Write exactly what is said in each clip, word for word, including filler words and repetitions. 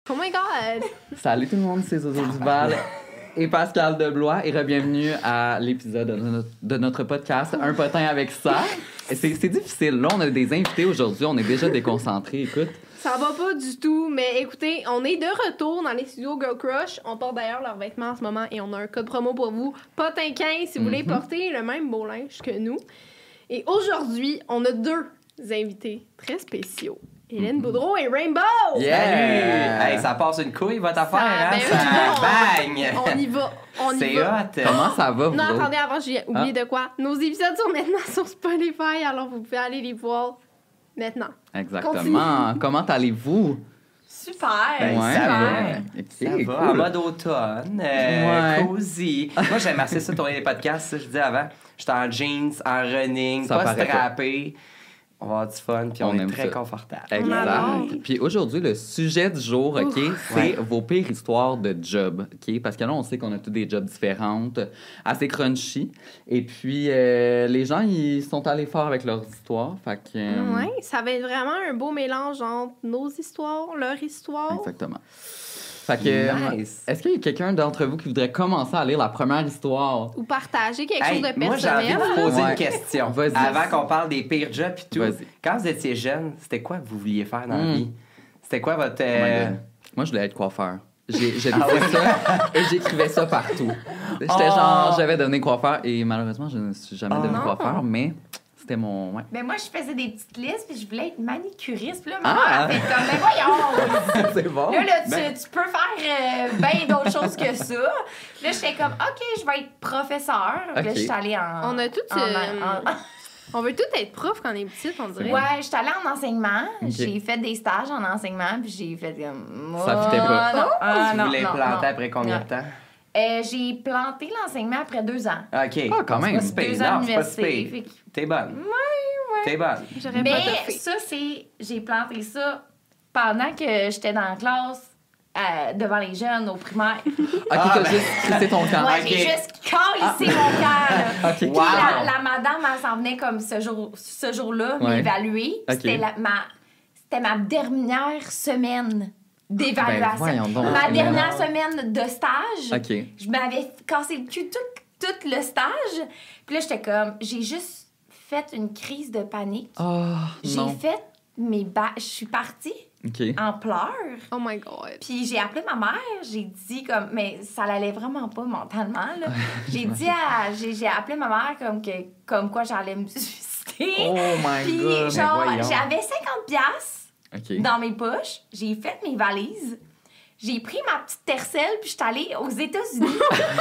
Oh my God! Salut tout le monde, c'est Zozo Duval et Pascal Deblois et re-bienvenue à l'épisode de notre, de notre podcast Un potin avec ça. Et c'est, c'est difficile. Là, on a des invités aujourd'hui, on est déjà déconcentrés. Écoute. Ça va pas du tout, mais écoutez, on est de retour dans les studios Girl Crush. On porte d'ailleurs leurs vêtements en ce moment et on a un code promo pour vous. Potin quinze si vous voulez Mm-hmm. porter le même beau linge que nous. Et aujourd'hui, on a deux invités très spéciaux. Hélène Mm-hmm. Boudreau et Rainbow! Yeah! Salut! Hey, ça passe une couille, votre affaire, hein? ben, Ça bang! On y va, on y C'est va. hot! Comment ça va, vous Non, autres? attendez, avant, j'ai oublié de quoi. Nos épisodes sont maintenant sur Spotify, alors vous pouvez aller les voir maintenant. Exactement. Continue. Comment allez-vous? Super! Ben, Ouais. ça va. Ok, Ça va, cool. en mode automne, euh, Ouais. cozy. Moi, j'aime assez ça, tourner les podcasts, ça, je disais avant. J'étais en jeans, en running, Ça pas paraît pas. strappé. On va avoir du fun, puis on, On est aime très ça. confortable. adore. Exact. Puis aujourd'hui, le sujet du jour, OK, c'est Ouais. vos pires histoires de job, OK? Parce que là, on sait qu'on a tous des jobs différentes, assez crunchy. Et puis, euh, les gens, ils sont allés fort avec leurs histoires. Fait que... euh, Ouais, ça va être vraiment un beau mélange entre nos histoires, leur histoire. Exactement. Fait que... Nice. Est-ce qu'il y a quelqu'un d'entre vous qui voudrait commencer à lire la première histoire? Ou partager quelque Hey, chose de moi, j'ai envie personnel. de vous poser Ouais. une question. Vas-y. Avant qu'on parle des pires jobs et tout. Vas-y. Quand vous étiez jeune, c'était quoi que vous vouliez faire dans la Mm. vie? C'était quoi votre... Oh my euh, God. Moi, je voulais être coiffeur. J'ai, j'ai Ah fait ouais? ça et j'écrivais ça partout. J'étais Oh. genre, j'avais donné coiffeur et malheureusement, je ne suis jamais Oh. devenu Non. coiffeur, mais c'était mon... Ouais. Ben moi, je faisais des petites listes, puis je voulais être manicuriste. Puis là, Ah! ma mère a fait comme, ben voyons! C'est bon. Là, là, tu, Ben- tu peux faire euh, bien d'autres choses que ça. Puis là, j'étais comme, OK, je vais être professeur. Puis là, Ok. je suis allée en... On a toutes, en- euh, en- On veut tous être profs quand on est petite, on dirait. Ouais, je suis allée en enseignement. Ok. J'ai fait des stages en enseignement, puis j'ai fait comme... Ça fitait pas. Oh, non, ah, tu non, voulais non, planter non. après combien Non. de temps? Euh, j'ai planté l'enseignement après deux ans. OK. Ah, quand même. C'est pas si pire. Deux ans Non, c'est pas si d'université. pire. Fait que- T'es bonne. Ouais, ouais. T'es bonne. J'aurais pas Mais toffé. ça, c'est... J'ai planté ça pendant que j'étais dans la classe euh, devant les jeunes au primaire. Ok, Ah, t'as ben- juste crissé ton camp. Ouais, ok. j'ai juste calissé mon cœur. là. Ok. Puis Wow. la, la madame, elle s'en venait comme ce, jour, ce jour-là Ouais. m'évaluer. Ok. C'était, la, ma, c'était ma dernière semaine d'évaluation. Ben, voyons donc. Ma Mais dernière non. semaine de stage. Ok. Je m'avais cassé le cul tout, tout le stage. Puis là, j'étais comme... J'ai juste fait une crise de panique. Oh, J'ai non. fait mes ba... Je suis partie Ok. en pleurs. Oh my God. Puis j'ai appelé ma mère, j'ai dit comme... Mais ça l'allait vraiment pas mentalement, là. J'ai dit à... J'ai, j'ai appelé ma mère comme, que, comme quoi j'allais me suicider. Oh my Puis God. genre, voyons. j'avais cinquante piastres Ok. dans mes poches. J'ai fait mes valises. J'ai pris ma petite tercelle, puis je suis allée aux États-Unis.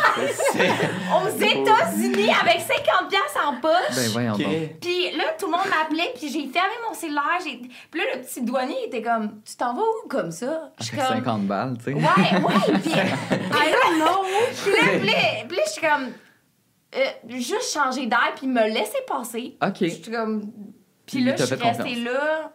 aux États-Unis avec cinquante piastres en poche. Ben, voyons OK. donc. Puis là, tout le monde m'appelait, puis j'ai fermé mon cellulaire. J'ai... Puis là, le petit douanier était comme, tu t'en vas où comme ça? Je suis Avec comme, cinquante balles, tu sais. ouais, ouais. Puis, I don't know. puis là, puis là, puis là, je suis comme, euh, juste changer d'air, puis me laisser passer. Ok. Je suis comme, puis Il là, t'a je suis fait restée confiance. là.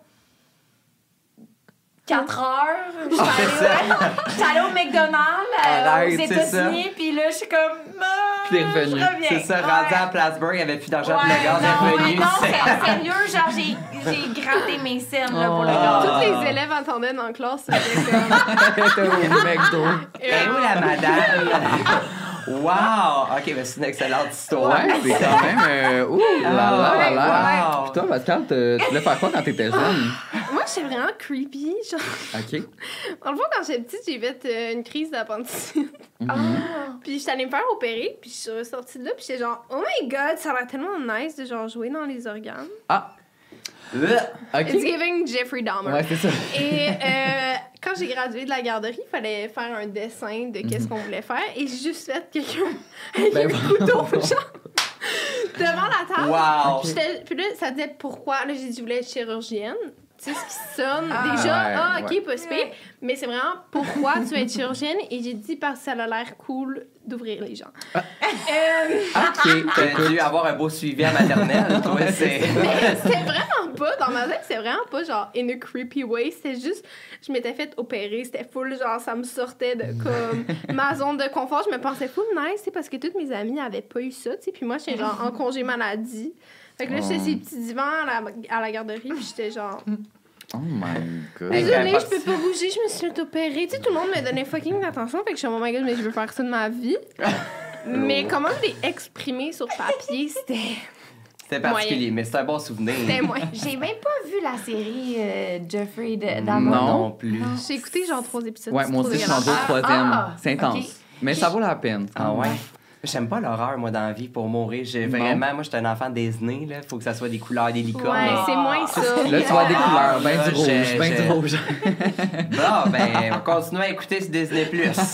quatre heures. J'étais allée, j'étais allée au McDonald's euh, Arrête, aux c'est États-Unis, puis là, je suis comme. Ah, Puis t'es revenue. je reviens. C'est ça, Ouais. rendu à Plattsburgh, il n'y avait plus d'argent pour le Ouais, gaz, non, est ouais, revenu. non, c'est- c'est sérieux, genre, j'ai, j'ai gratté mes scènes là, pour le Oh. gaz. Tous les élèves entendaient dans la classe. C'était comme... T'es au McDo. Ben où la madame? Wow! OK, ben c'est une excellente histoire. Ouais, c'est quand même... Euh, ouh, là là là là. Wow. Puis toi, Pascal, te- tu voulais faire quoi quand t'étais jeune? Moi, j'étais vraiment creepy. Genre, OK. dans le fond, quand j'étais petite, j'ai fait euh, une crise d'appendicite. Ah. Puis j'étais allée me faire opérer, puis je suis ressortie de là, puis j'étais genre, oh my God, ça a l'air tellement nice de genre jouer dans les organes. Ah, Euh, It's OK. giving Jeffrey Dahmer. Ouais, c'est ça. Et euh, quand j'ai gradué de la garderie, il fallait faire un dessin de qu'est-ce qu'on voulait faire. Et j'ai juste fait quelqu'un avec Ben, un couteau, genre, devant la table. Wow! J'étais- Puis là, ça disait pourquoi. Là, j'ai dit, je voulais être chirurgienne. Tu sais, ce qui sonne Ah, déjà, ouais, ah, ok, ouais. pas si pire. Mais c'est vraiment pourquoi tu veux être chirurgienne. Et j'ai dit parce que ça a l'air cool d'ouvrir les gens. Euh, OK. T'as dû avoir un beau suivi à maternelle, toi, c'est... mais c'était vraiment pas, dans ma tête, c'était vraiment pas genre in a creepy way. C'était juste, je m'étais fait opérer, c'était full, genre ça me sortait de comme ma zone de confort. Je me pensais full nice, tu sais, parce que toutes mes amies avaient pas eu ça, tu sais. Puis moi, j'étais genre en congé maladie. Fait que là, j'étais Oh. ces petits divans à la, à la garderie, puis j'étais genre. Oh my god. Hey, Désolée, quand- je peux pas bouger, je me suis fait opérer. Tu sais, tout le monde me donnait fucking attention, fait que je suis oh my god, mais je veux faire ça de ma vie. Mais comment l'exprimer sur papier, c'était. C'était particulier, mais c'est un bon souvenir. C'était moi. J'ai même pas vu la série euh, Jeffrey de- Non, d'Amazon. non plus. J'ai écouté genre trois épisodes. Ouais, c'est moi trop aussi, je suis rendu au dégueulasse. troisième. Ah, c'est intense. ok. Mais ça vaut la peine. Ah ouais? J'aime pas l'horreur, moi, dans la vie, pour mourir. J'ai Non. vraiment, moi, j'étais un enfant Disney, là. Faut que ça soit des couleurs, des licornes. Ouais, c'est moins ça. Là, tu vois des Ah, couleurs, ben là, du rouge, j'ai- ben du j'ai- rouge. Bon, ben, on va continuer à écouter ce Disney+.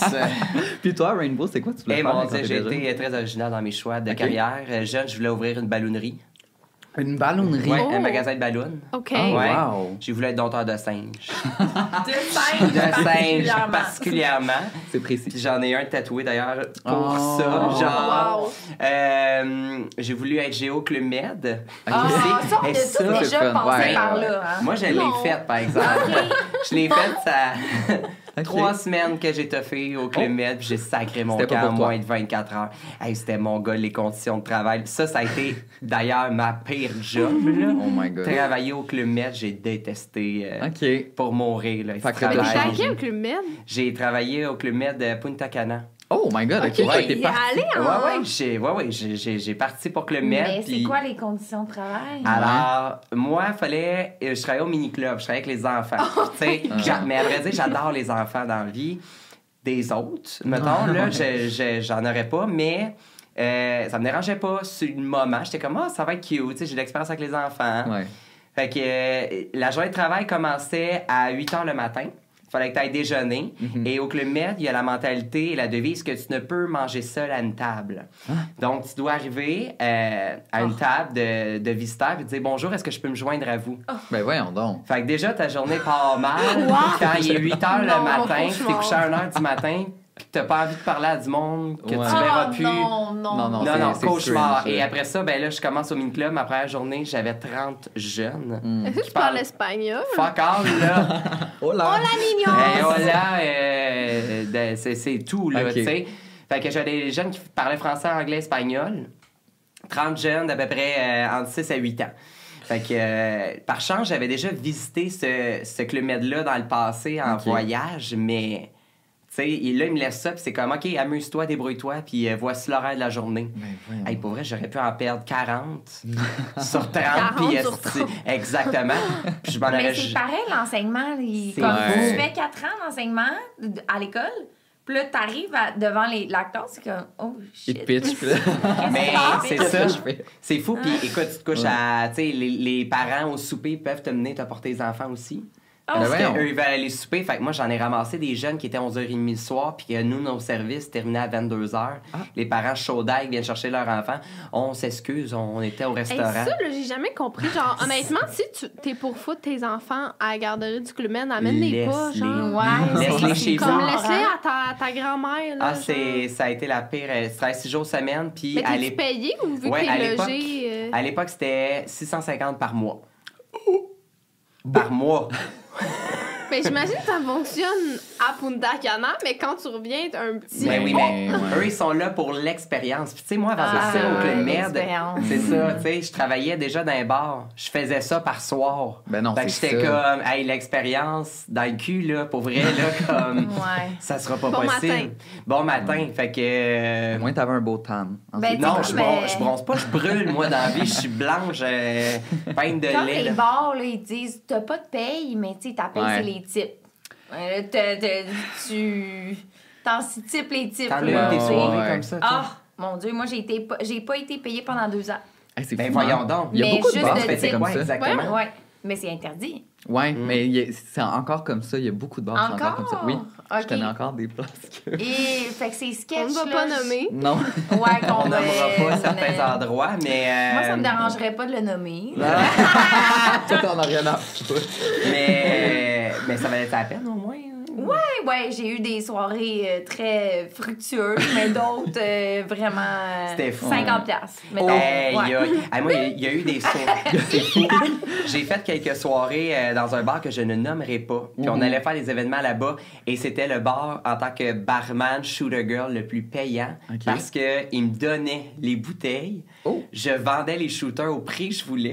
Puis toi, Rainbow, c'est quoi tu voulais Eh faire mon quand Dieu, t'étais j'ai jeune? été très original dans mes choix de Ok. carrière. Euh, Jeune, je voulais ouvrir une ballonnerie. Une ballonnerie. Ouais, Oh. un magasin de ballons. OK. Oh, Ouais. wow. J'ai voulu être dompteur de singes. De singe, De singes, particulièrement. particulièrement. C'est Puis précis. j'en ai un tatoué d'ailleurs pour Oh. ça. Genre, Wow. euh, j'ai voulu être Géo Club Med. Ah, ça, on a Et tous ça, déjà c'est fun. passé Ouais, par ouais. là. Hein? Moi, je l'ai Non. faite, par exemple. Je l'ai faite, ça. Ok. Trois semaines que j'ai toffé au Club Oh. Med, puis j'ai sacré mon C'était pas camp en pour toi. moins de vingt-quatre heures. Hey, c'était mon gars, les conditions de travail. Ça, ça a été d'ailleurs ma pire job. Là. Oh my god. Travailler au Club Med, j'ai détesté euh, OK. pour mourir. Là, Fait ce que Mais travail. t'étais à Travail. quel club med? J'ai travaillé au Club Med de Punta Cana. Oh my god, OK. OK, Ouais, t'es il est parti. allé en... Ouais, ouais, j'ai ouais, ouais, j'ai- j'ai- j'ai parti pour Club Med. Mais c'est puis- quoi les conditions de travail? Alors, moi, il fallait. euh, Je travaillais au mini-club, je travaillais avec les enfants. Oh Tu sais, j'a- mais à vrai dire, j'adore les enfants dans la vie. Des autres, mettons, là, je- je- j'en aurais pas, mais euh, ça me dérangeait pas sur le moment. J'étais comme, ah, ça va être cute, tu sais, j'ai de l'expérience avec les enfants. Ouais. Fait que euh, la journée de travail commençait à huit heures le matin. Il fallait que tu ailles déjeuner. Mhm. Et au Club Med, il y a la mentalité et la devise que tu ne peux manger seul à une table. Donc, tu dois arriver euh, à une table de, de visiteurs et dire bonjour, est-ce que je peux me joindre à vous? Ben voyons donc. Fait que déjà, ta journée part mal. Wow. Quand il est huit heures Non, le matin, tu cauchemar. t'es couché à une heure du matin, puis que t'as pas envie de parler à du monde, que Ouais. tu verras Oh, plus. non, non, Non, non. Non, c'est- non, c'est cauchemar. strange. Et après ça, ben là, je commence au mini-club. Ma première journée, j'avais trente jeunes. Mm. Est-ce que tu parle- parles espagnol? Fuck all, là. Oh là! Hola, niños! Et voilà, euh, de- c'est c'est tout, là, Ok. tu sais. Fait que j'avais des jeunes qui parlaient français, anglais, espagnol. trente jeunes d'à peu près euh, entre six à huit ans. Fait que, euh, par chance, j'avais déjà visité ce, ce Club Med-là dans le passé en Ok. voyage, mais... Tu sais, et là, il me laisse ça, puis c'est comme, OK, amuse-toi, débrouille-toi, puis euh, voici l'horaire de la journée. Ben voyons. Hey, pour vrai, j'aurais pu en perdre quarante sur trente. quarante puis sur esti- Exactement. Puis je m'en Mais aurais... c'est pareil, l'enseignement. il- C'est Comme vrai. tu fais quatre ans d'enseignement d- à l'école, puis là, t'arrives à- devant les l'acteur, c'est comme, oh Il shit. te pitch, puis là. Mais c'est Qu'est-ce ça. que je fais? C'est fou. Puis écoute, tu te couches Ouais. à. Tu sais, les, les parents au souper peuvent te mener t'apporter les enfants aussi. Oh, Ben Parce voyons. qu'eux, ils veulent aller souper. Fait que moi, j'en ai ramassé des jeunes qui étaient onze heures trente le soir, puis que nous, nos services terminaient à vingt-deux heures. Ah. Les parents chauds d'ail viennent chercher leur enfant. On s'excuse, on était au Hey, restaurant. ça, là, j'ai jamais compris. Genre, honnêtement, si tu t'es pour foutre tes enfants à la garderie du Club Med, amène-les pas, Laisse-les. genre. Ouais, Laisse-les c'est- chez c'est Comme vous. laisse-les à ta, ta grand-mère, là. Ah, genre. c'est, ça a été la pire. euh, Tu travailles six jours semaine, puis Mais à t'es-tu l'ép- payé ou vu Ouais, que à t'es l'époque- logé... euh, à l'époque, c'était six cent cinquante par mois. Par mois. Ben, j'imagine que ça fonctionne à Punta Cana, mais quand tu reviens, t'as un petit... Ben oui, mais Ouais, ouais. eux, ils sont là pour l'expérience. Puis, tu sais, moi, avant Ah, de ça, au Club Med, l'expérience. c'est ça, tu sais, je travaillais déjà dans un bar. Je faisais ça par soir. Ben non, Fait que c'est j'étais ça. comme, hey, l'expérience dans le cul, là, pour vrai, là, comme, Ouais. ça sera pas Bon possible. matin. Bon matin. Fait que. euh, Au moins, t'avais un beau tan. Ben, non, tu sais, je, mais- bronze, je bronze pas, je brûle, moi, dans la vie. Je suis blanche, euh, peinte de Comme lait. les là. bars, là, ils disent, t'as pas de paye, mais tu sais, ta paye, Ouais. c'est les types. Ouais, là, t'as- t'as- tu t'en types les types. T'en as là, eu des tu sais. soirées Ouais. comme ça, toi? Ah, mon Dieu, moi, j'ai été pas- j'ai pas été payée pendant deux ans. Hey, c'est Ben, fou, voyons hein? donc. Il y a Mais beaucoup de juste bars de qui fait dire- comme Ouais, ça. exactement. Ouais, mais c'est interdit. Ouais, Mm. mais il y a- c'est encore comme ça. Il y a beaucoup de bars qui sont encore Encore? comme ça. Oui, je Ok. connais encore des places que... Et fait que ces sketchs. On ne va là, pas je- nommer. Non. Ouais, qu'on On nommera va- pas certains mais- endroits, mais. euh, Moi, ça me dérangerait pas de le nommer. Toi, t'en as rien à foutre. mais, mais ça valait la peine au moins. hein? Ouais, ouais, j'ai eu des soirées euh, très fructueuses, mais d'autres euh, vraiment. euh, C'était fou. cinquante piastres. mettons. Hey, Ouais. il y a- hey, moi, il y a- il y, a eu des soirées. C'est fou. J'ai fait quelques soirées euh, dans un bar que je ne nommerai pas. Puis on Mhm. allait faire des événements là-bas. Et c'était le bar en tant que barman, shooter girl le plus payant. Ok. Parce qu'il me donnait les bouteilles. Oh. Je vendais les shooters au prix que je voulais.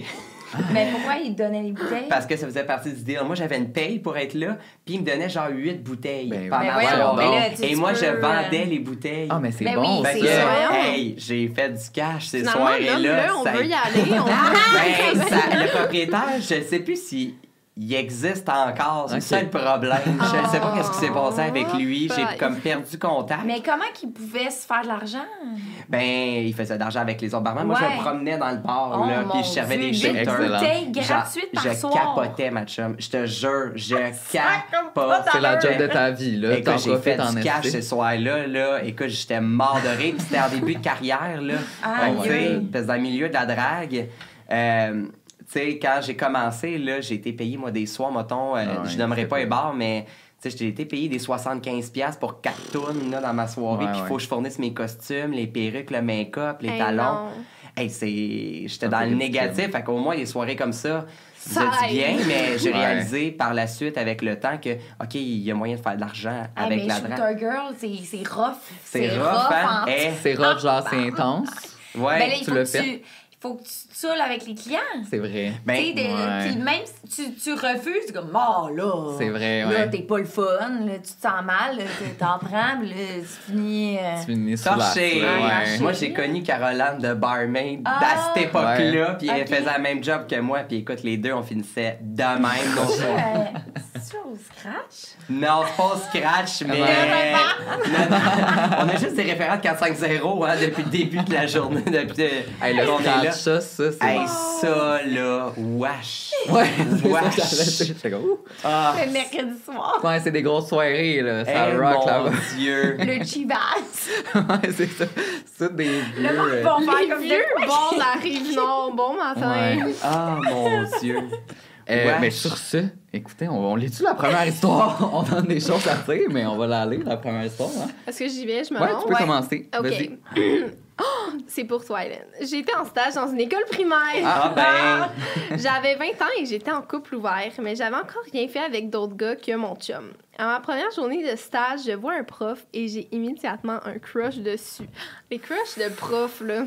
Mais pourquoi il donnait les bouteilles? Parce que ça faisait partie du deal. Moi, j'avais une paye pour être là, puis il me donnait genre huit bouteilles Ben, pendant ben la voyons, soirée. mais là, tu- Et tu moi, peux, je euh, vendais les bouteilles. Ah, mais c'est Ben bon. oui, Fait c'est que, ça. hey, j'ai fait du cash ces Finalement, soirées-là. nomme-le, on ça a veut y aller. On Ben, veut... ça- le propriétaire, je ne sais plus si il existe encore. C'est Ok. ça le problème. Je ne sais pas ce qui s'est passé avec lui. J'ai Oh, comme perdu contact. Mais comment qu'il pouvait se faire de l'argent? Ben, il faisait de l'argent avec les autres barman. Moi, je Ouais. me promenais dans le bar, Oh, là, mon puis je servais Dieu, des huit shooters. Excellent. bouteilles gratuites J'a- par je soir. capotais, ma chum. Je te jure, je pas capote. C'est la job de ta vie, là. T'en Écoute, j'ai fait profites en du cash esti. ce soir-là. Là. Écoute, j'étais mort de rire. Puis c'était en début de carrière. Là. Aïe, Fait que, tu sais, aïe. parce que dans le milieu de la drague, euh, tu sais, quand j'ai commencé, là, j'ai été payé, moi, des soirs, mettons, euh, Ah ouais, je nommerai c'est pas pas- les bars, mais tu sais, j'ai été payé des soixante-quinze dollars pour quatre tonnes là, dans ma soirée. Ouais, Puis il faut ouais. que je fournisse mes costumes, les perruques, le make-up, les Hey, talons. non. Hey, c'est... J'étais Un dans peu le ridicule. négatif, fait qu'au moins, les soirées comme ça, Ça ça dit bien, aide. mais j'ai Ouais. réalisé par la suite, avec le temps, que, OK, il y a moyen de faire de l'argent Ah, avec mais la Shooter drague. Girl, c'est c'est rough. C'est rough, hein? en- Eh, C'est rough, genre, c'est intense. ouais. Ben là, il tu faut l'as que fait? tu... Il faut que tu te saoules avec les clients. C'est vrai. Ben, Tu sais, de- ouais. Puis même si tu, tu refuses, c'est comme, oh là. C'est vrai, Là, ouais. t'es pas le fun, là, tu te sens mal, là, t'es- t'en prends, puis là, tu finis. euh, Tu finis sous la... Torché. Ouais. Moi, j'ai connu Caroline de barmaid Ah. à cette époque-là, puis elle Ok. faisait le même job que moi, puis écoute, les deux, on finissait de même. Donc, euh, C'est au scratch? non, c'est pas au scratch, mais... Ouais. Non, non. On a juste des référents de quatre cinq zéro hein, depuis le début de la journée, depuis Hey, le qu'on est là. scratch, ça, ça, c'est... Hey, ça, là, wesh. Ouais, c'est Wesh. ça, j'allais dire. J'étais comme, ouh. Ah, Le mercredi soir. Ouais, c'est des grosses soirées, là. Ça hey, rock, mon là-bas. Dieu. Le chivas. Ouais, c'est ça. C'est des vieux... Le monde euh, va faire Les comme vieux de quoi? bons de la Rive-Nord, bon matin. Ouais. Ah, mon Dieu. Euh, Wesh. mais sur ce, écoutez, on, on lit-tu la première histoire? On donne des choses à dire, mais on va la lire, la première histoire. Hein? Est-ce que j'y vais? Je me Ouais, lance? tu peux Ouais. commencer. Vas-y. OK. Oh, c'est pour toi, Hélène. J'étais en stage dans une école primaire. Ah, ben... J'avais vingt ans et j'étais en couple ouvert, mais j'avais encore rien fait avec d'autres gars que mon chum. À ma première journée de stage, je vois un prof et j'ai immédiatement un crush dessus. Les crushs de prof, là.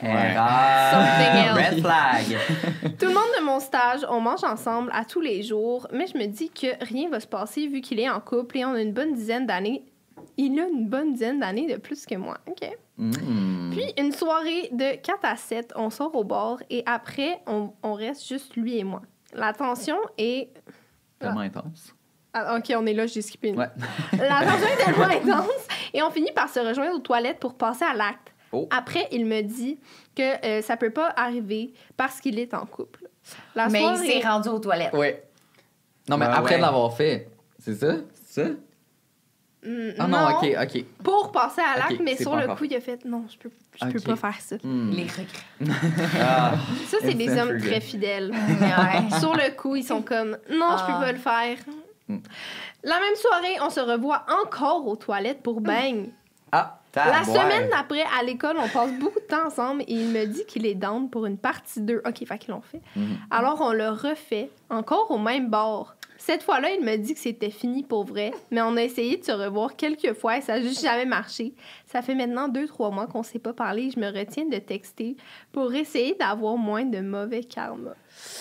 Erreur. Something else. Red flag. Tout le monde de mon stage, on mange ensemble à tous les jours, mais je me dis que rien va se passer vu qu'il est en couple et on a une bonne dizaine d'années. Il a une bonne dizaine d'années de plus que moi. OK. Mm. Puis, une soirée de quatre à sept, on sort au bord et après, on, on reste juste lui et moi. La tension est... Tellement intense. Ah, OK, on est là, j'ai skippé une. Ouais. La tension est tellement intense et on finit par se rejoindre aux toilettes pour passer à l'acte. Oh. Après, il me dit que euh, ça peut pas arriver parce qu'il est en couple. La Mais il soirée... s'est rendu aux toilettes. Ouais. Non, mais Ouais, après ouais. l'avoir fait, c'est ça? C'est ça? Mm, Ah non, ok, ok. Pour passer à l'acte, Ok, mais c'est sur pas le encore. coup, il a fait non, je peux, je peux Ok. pas faire ça. Hmm. Les regrets. Ah. Ça, c'est des Instant hommes trigger. très fidèles. Ouais. Sur le coup, ils sont comme non, je peux Ah. pas le faire. Mm. La même soirée, on se revoit encore aux toilettes pour bang. Ah, La Taboire. semaine d'après, à l'école, on passe beaucoup de temps ensemble et il me dit qu'il est down pour une partie deux. OK, fait qu'ils l'ont fait. Mhm. Alors, on le refait, encore au même bar. Cette fois-là, il me dit que c'était fini pour vrai, mais on a essayé de se revoir quelques fois et ça n'a juste jamais marché. Ça fait maintenant deux, trois mois qu'on ne s'est pas parlé et je me retiens de texter pour essayer d'avoir moins de mauvais karma.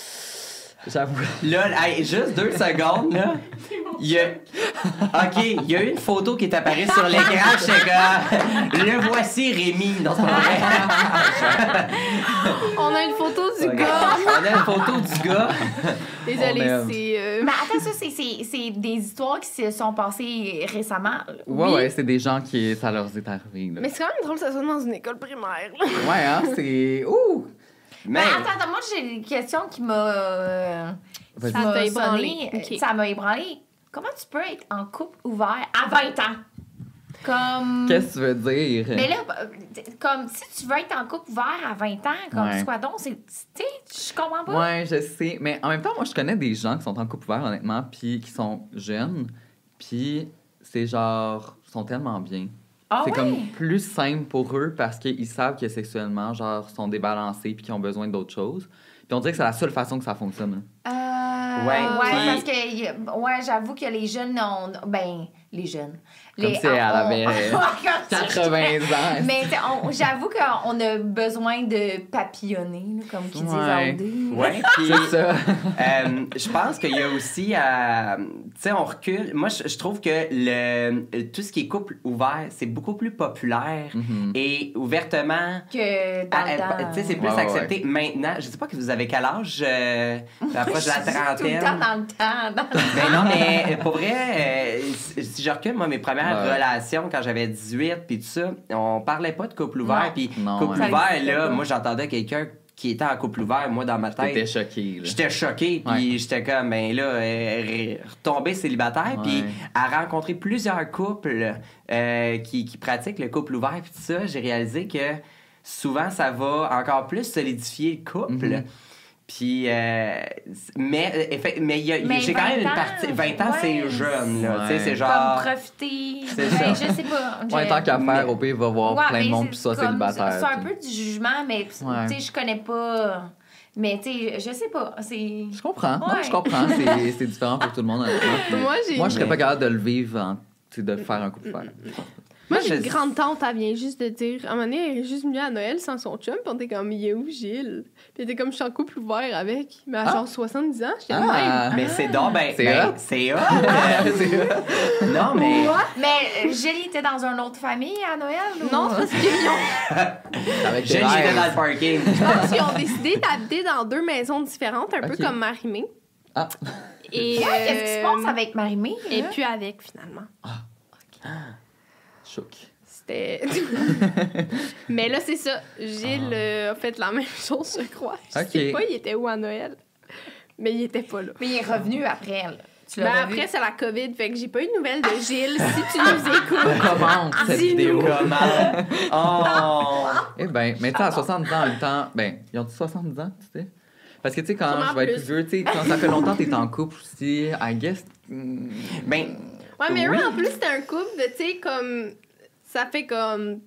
j'avoue. Là, hey, juste deux secondes, là. Il y a... OK, il y a une photo qui est apparue sur l'écran. J'étais comme... Le voici, Rémi. Non, c'est pas vrai. On a une photo du Ok. gars. On a une photo du gars. On Désolée, aime. c'est... euh, Mais attends, ça, c'est- c'est c'est des histoires qui se sont passées récemment. là. Ouais, Oui. ouais, c'est des gens qui... Ça leur est arrivé, là. Mais c'est quand même drôle que ça soit dans une école primaire. Ouais, hein, c'est... Ouh! Mais... Mais attends, attends, moi, j'ai une question qui m'a... euh, Vas-y. qui Ça m'a t'a sonné. ébranlé, Euh, ok. Ça m'a ébranlé. Comment tu peux être en couple ouvert à vingt ans? Comme... Qu'est-ce que tu veux dire? Mais là, euh, comme si tu veux être en couple ouvert à vingt ans, comme Ouais. c'est quoi donc? C'est, tu sais, je comprends pas. Ouais, je sais. Mais en même temps, moi, je connais des gens qui sont en couple ouvert, honnêtement, puis qui sont jeunes, puis c'est genre... Ils sont tellement bien. Ah c'est ouais? comme plus simple pour eux parce qu'ils savent que sexuellement, genre, sont débalancés puis qu'ils ont besoin d'autres choses. Puis on dirait que c'est la seule façon que ça fonctionne. là. Euh, Ouais, ouais, puis- parce que y a- ouais, j'avoue que les jeunes ont ben les jeunes. Comme Les, si elle on- avait Comme si quatre-vingts ans. Mais t'sais, on- j'avoue qu'on a besoin de papillonner, là, comme qu'ils disent Ouais. à O D. Ouais, puis C'est ça. euh, je pense qu'il y a aussi, euh, tu sais, on recule. Moi, je, je trouve que le, tout ce qui est couple ouvert, c'est beaucoup plus populaire Mhm. et ouvertement. Que dans à- le à- temps. Tu sais, c'est plus Ouais, ouais, accepté maintenant. Je sais pas que vous avez quel âge, euh, approche de la Je suis tout le temps trentaine. dans le temps. Dans le... Mais non, mais pour vrai, euh, si si je recule, moi, mes premières Ouais. relations, quand j'avais dix-huit, puis tout ça, on parlait pas de couple ouvert. Non. Puis Non, couple ouais. ouvert, Ça existait là, pas. moi, j'entendais quelqu'un qui était en couple ouvert, moi, dans ma T'étais tête. choquée, là. J'étais choqué, puis Ouais. j'étais comme, ben là, euh, retombé célibataire, puis Ouais. à rencontrer plusieurs couples euh, qui, qui pratiquent le couple ouvert, puis tout ça, j'ai réalisé que souvent, ça va encore plus solidifier le couple. Mhm. Puis, euh, mais, euh, effe- mais il y a- Mais j'ai quand même une vingt ans, partie. vingt ans, ouais. c'est jeune, là. Ouais. Tu sais, c'est Comme genre. profiter. C'est Ben, ça. je sais pas. Ouais, Je- tant qu'à Mais- faire, au pire, va voir Ouais, plein de mais monde c'est puis soit comme- célibataire. C'est un puis- peu du jugement, mais Ouais. tu sais, je connais pas. Mais tu sais, je sais pas. C'est. Je comprends. Non, Ouais. je comprends. C'est, c'est différent pour tout le monde, honnêtement. Puis Moi, j'ai- Moi, je serais Mais- pas capable de le vivre, en, tu sais, de faire un couple ouvert. Moi, Moi, j'ai une je- grande tante, elle vient juste de dire. À un moment donné, elle est juste venue à Noël sans son chum, puis on était comme, il est où Gilles? Puis elle était comme, je suis en couple ouvert avec. Mais à Ah. genre soixante-dix ans, j'étais Ah. Mais c'est donc, ben. C'est ben, hot. c'est hot. C'est hot. Non, mais. Mais euh, Julie était dans une autre famille à Noël? Ou... Non, c'est parce qu'ils ont, Avec J'ai tes j'étais rêves. dans le parking. je pense qu'ils ont décidé d'habiter dans deux maisons différentes, un Ok. peu comme Marie-Mé. Ah. Et, Ouais, qu'est-ce qui se euh, passe avec Marie-Mé? Et là? puis avec, finalement. Choc. C'était. Mais là, c'est ça. Gilles euh, a fait la même chose, je crois. Je Ok. sais pas, il était où à Noël. Mais il était pas là. Mais il est revenu après. Là. Tu Ben l'as revu? après, c'est la COVID, fait que j'ai pas eu de nouvelles de Gilles. Si tu nous écoutes, Commente cette Dis-nous. vidéo. Comment? Oh! Eh ben, mais tu sais, à soixante-dix ans en même temps, ben, ils ont soixante-dix ans, tu sais? Parce que, tu sais, quand Sûrement je vais être plus. plus vieux, tu sais, quand ça fait longtemps que t'es en couple aussi, I guess... mm, Ben, ouais, mais eux, Oui. en plus, c'était un couple de, tu sais, comme. Ça fait comme.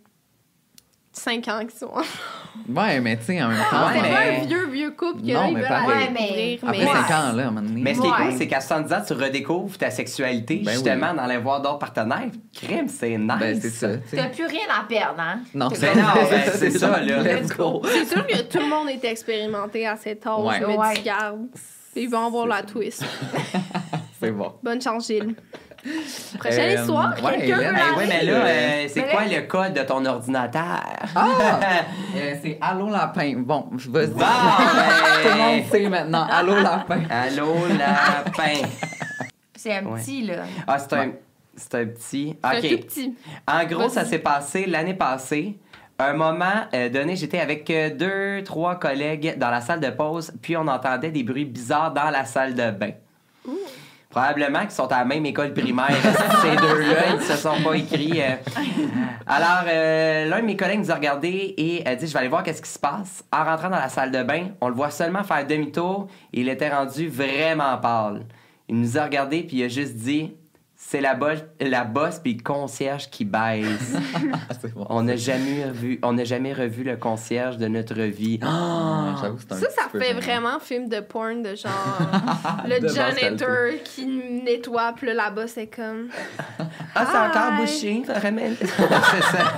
cinq ans qu'ils sont ensemble. Ouais, mais tu sais, en même temps... Ouais, C'était mais- pas un vieux, vieux couple que Non, là, ils mais veulent pareil. aller Ouais, mais- découvrir. Après Mais cinq ans, là, à un moment donné... mais ce qui est Ouais. cool, c'est qu'à soixante-dix ans, tu redécouvres ta sexualité, Ben justement, oui. dans aller voir d'autres partenaires. Crème, c'est nice. Ben, c'est ça, tu T'as sais. plus rien à perdre, hein? Non, T'es c'est Ben non, ben, c'est ça, là. Let's go. c'est sûr que tout le monde est expérimenté à cet âge. Ouais. Je me Ouais. dis, garde. Ils vont avoir la twist. C'est bon. Bonne chance, Gilles. Prochaine Euh, histoire. ouais, Quelqu'un Hélène, veut Ben la oui, lire? mais là, euh, c'est Mais quoi là- le code de ton ordinateur? Ah! Euh, c'est Allô Lapin. Bon, vas-y. Bon, Tout le monde ben... sait maintenant. Allô Lapin. Allô, lapin. C'est un Ouais. petit, là. Ah, c'est un, c'est un petit... C'est un OK. tout petit. En gros, ça Vas-y. s'est passé l'année passée. Un moment euh, donné, j'étais avec euh, deux, trois collègues dans la salle de pause, puis on entendait des bruits bizarres dans la salle de bain. Probablement qu'ils sont à la même école primaire, ces deux-là, ils se sont pas écrits. euh. Alors, euh, l'un de mes collègues nous a regardé et a dit « Je vais aller voir qu'est-ce qui se passe. » En rentrant dans la salle de bain, on le voit seulement faire demi-tour et il était rendu vraiment pâle. Il nous a regardé puis il a juste dit « C'est la, bo- la bosse puis le concierge qui baise. » C'est bon. On n'a jamais revu, on n'a jamais revu le concierge de notre vie. Ah, j'avoue, c'est un Ça, ça petit peu fait gênant. vraiment film de porn de genre le De basse janitor qui nettoie, puis là, là-bas, c'est comme. Ah, c'est encore Hi. bouché, vraiment. C'est ça.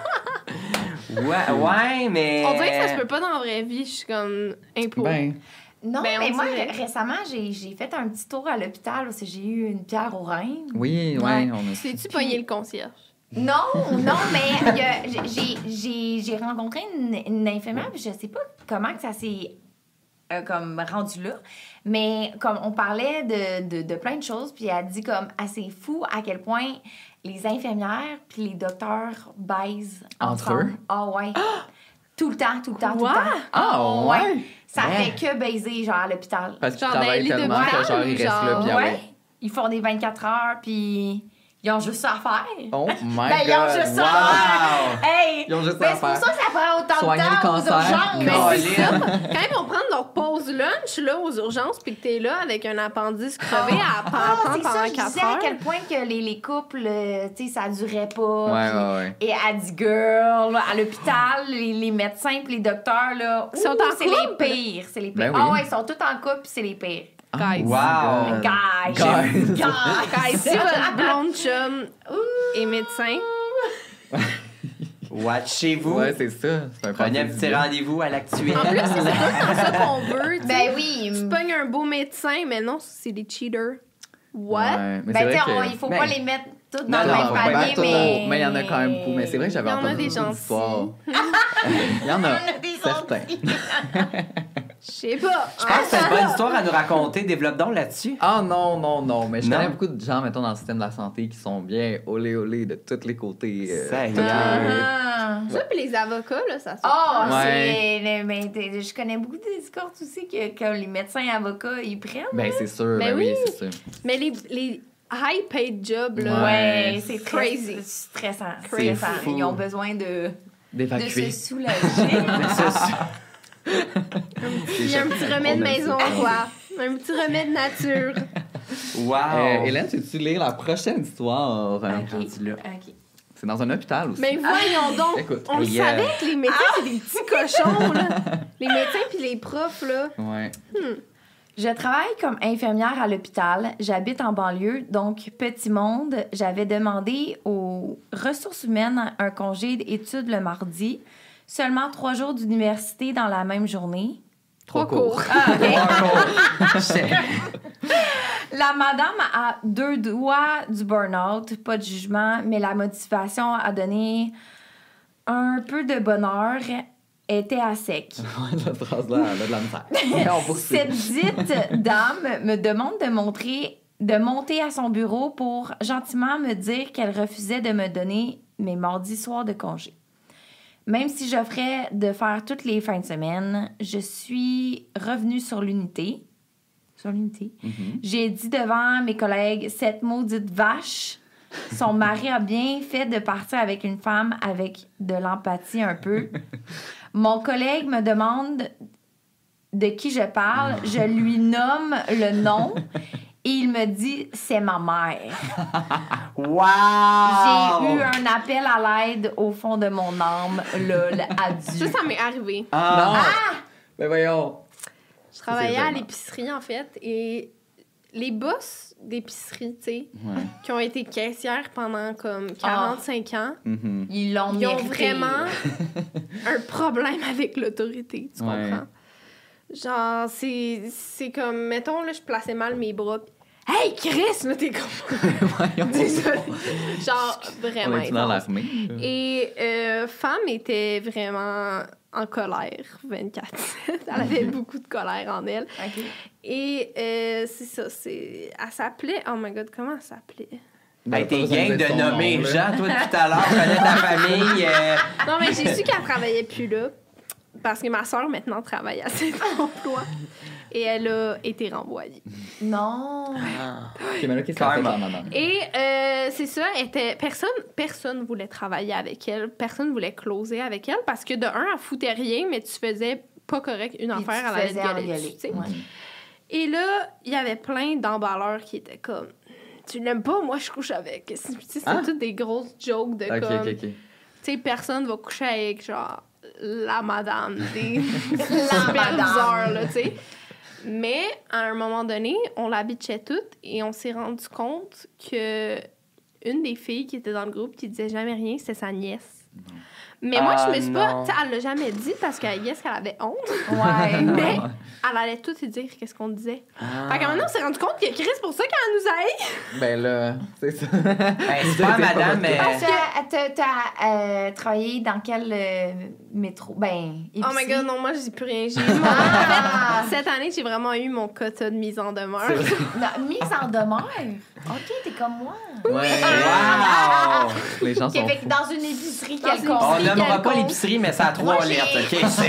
Ouais, ouais, mais. On dirait que ça se peut pas dans la vraie vie. Je suis comme impo. Ben, Non, Ben, mais on moi, dirait. récemment, j'ai j'ai fait un petit tour à l'hôpital parce que j'ai eu une pierre au rein. oui, ouais, Ouais. on a... Sais-tu pogner le concierge? Non, non, mais il y a- j'ai- j'ai j'ai rencontré une, une infirmière, puis je sais pas comment que ça s'est euh, comme rendu là, mais comme on parlait de, de, de plein de choses, puis elle a dit comme assez fou à quel point les infirmières puis les docteurs baisent Entre ensemble. eux? Ah ouais. Tout le temps, tout le temps, tout Quoi? le temps. Ah, ouais? Ça Ouais. fait que baiser, genre, à l'hôpital. Parce qu'ils Genre dans travaillent les lits de tellement que hôpital genre, ils ou restent là, genre- puis ah ouais. ouais. Ils font des vingt-quatre heures, puis ils ont juste ça à faire. Oh my Ben, ils ont God! juste ça wow. à faire. Hey! Ils ont juste Ben, ça à c'est pour faire. ça que ça prend autant Soigner de le temps aux cancer. urgences. Mais Oh, c'est Lynn. ça. Quand ils vont prendre leur pause lunch là, aux urgences, puis que t'es là avec un appendice crevé à Ah, pendant c'est ça, pendant je quatre disais à heures. quel point que les, les couples, euh, tu sais, ça durait pas. Ouais, puis- ouais, ouais. Et elle dit, girl, là, à l'hôpital, les, les médecins puis les docteurs, là, Ils sont ouh, en c'est couple? les pires. C'est les Ben pires. oui. Ah ouais, ils sont tous en couple puis c'est les pires. Guys. Wow! Guys! Guys. Guys! Guys, si votre blonde chum est médecin, Watchez-vous. Ouais, c'est ça. C'est un Prenez un fantasy. petit rendez-vous à l'actuel. en plus, c'est tout le temps ça qu'on veut. tu sais. Ben oui! Tu pognes un beau médecin, mais non, c'est des cheaters. What? Ouais, mais c'est Ben, vrai tu sais, que... on- il faut Ben, pas les mettre toutes non, dans le non, même faut pas panier, mettre tout mais... dans- mais il y en a quand même beaucoup. Mais c'est vrai que j'avais Il y en a entendu des beaucoup gentils. d'histoires. Il y en a, On a des certains. Je sais pas. Je pense que c'est une bonne histoire à nous raconter. Développe donc là-dessus. Ah non, non, non. Mais je Non. connais beaucoup de gens, mettons, dans le système de la santé qui sont bien olé olé de tous les côtés. euh, Seigneur. Ah. Ça, puis les avocats, là, ça se Oh, Ouais. c'est... le- mais t'es- je connais beaucoup d'escortes aussi que, que les médecins et avocats, ils prennent. Ben, c'est sûr. Ben Ben oui, oui. c'est sûr. Mais les, les high-paid jobs, là, Ouais. Ouais, c'est Crazy. crazy. Stressant. Crazy. stressant. Fou. Ils ont besoin de, de D'évacuer. se soulager. il y a un petit remède On a maison, ça. quoi. Un petit remède nature. Wow! Euh, Hélène, veux-tu lire la prochaine histoire? Euh, OK. rendu là. OK. C'est dans un hôpital aussi. Mais voyons donc, Écoute, on le et, euh, savait que les médecins, c'est des petits cochons, là. Les médecins puis les profs, là. Ouais. Je travaille comme infirmière à l'hôpital. J'habite en banlieue, donc petit monde. J'avais demandé aux ressources humaines un congé d'études le mardi. Seulement trois jours d'université dans la même journée. Trop court. Ah, OK. J'étais- La madame a deux doigts du burn-out, pas de jugement, mais la motivation à donner un peu de bonheur était à sec. Cette phrase-là, elle a de la misère. On poursuit. Cette dite dame me demande de montrer, de monter à son bureau pour gentiment me dire qu'elle refusait de me donner mes mardis soirs de congé. Même si j'offrais de faire toutes les fins de semaine, je suis revenue sur l'unité. Sur l'unité. Mhm. J'ai dit devant mes collègues, cette maudite vache, son mari a bien fait de partir avec une femme avec de l'empathie un peu. Mon collègue me demande de qui je parle. Je lui nomme le nom et il me dit, c'est ma mère. Wow! J'ai eu un appel à l'aide au fond de mon âme. Lol, adieu. Ça, ça m'est arrivé. Ah! Mais voyons. Je travaillais c'est à vraiment- l'épicerie, en fait, et les boss d'épicerie, tu sais, Ouais. qui ont été caissières pendant comme quarante-cinq ans, Mhm. Ils l'ont ils ont mérité. vraiment un problème avec l'autorité, tu Ouais. comprends? Genre, c'est c'est comme, mettons, là, je plaçais mal mes bras. pis, Hey, Chris, là, t'es comme. Voyons. Désolée. Genre, On vraiment. est dans intense. l'armée. Et euh, femme était vraiment en colère vingt-quatre sept. Elle avait beaucoup de colère en elle. OK. Et euh, c'est ça, c'est... Elle s'appelait... Oh my God, comment elle s'appelait? Ben, Hey, t'es pas besoin gang dire de son nommer nom, là. Jean, toi, depuis tout à l'heure, connais ta famille. euh, Non, mais j'ai su qu'elle travaillait plus là. Parce que ma soeur, maintenant, travaille à cet emploi. Et elle a été renvoyée. Non. Ok, mais là, qu'est-ce qu'elle a fait, Karma. la madame? Et euh, c'est ça, elle était... personne personne voulait travailler avec elle. Personne voulait closer avec elle. Parce que de un, elle foutait rien, mais tu faisais pas correct une Puis affaire, tu elle allait te faisais gueuler engueuler. dessus, tu sais. Ouais. Et là, il y avait plein d'emballeurs qui étaient comme... Tu l'aimes pas, moi je couche avec. Tu sais, C'était Ah? toutes des grosses jokes de Ok, comme... ok, ok. Tu sais, personne va coucher avec, genre, la madame des La superviseurs, madame. là, tu sais. Mais, à un moment donné, on l'habituait toutes et on s'est rendu compte que une des filles qui était dans le groupe qui disait jamais rien, c'était sa nièce. Mais moi, Ah, je me suis pas... non. Tu sais, elle l'a jamais dit parce qu'elle guess qu'elle avait honte. Ouais. Mais elle allait tout lui dire qu'est-ce qu'on disait. Fait que maintenant, on s'est rendu compte que Chris, pour ça qu'elle nous aille. Ben là, c'est ça. Hey, c'est pas madame, mais. Parce que t'as- t'as euh, travaillé dans quel euh, métro? Ben, Oh my épicerie? God, non, moi, je dis plus rien. J'ai eu mon- Ah! En fait, cette année, j'ai vraiment eu mon quota de mise en demeure. Non, mise en demeure. OK, t'es comme moi. Ouais. Wow! Les gens sont Québec, fous. dans une épicerie Dans une quelconque. On épicerie nommera pas quelconque. l'épicerie, mais ça a trois Moi, j'ai- lettres, OK? C'est-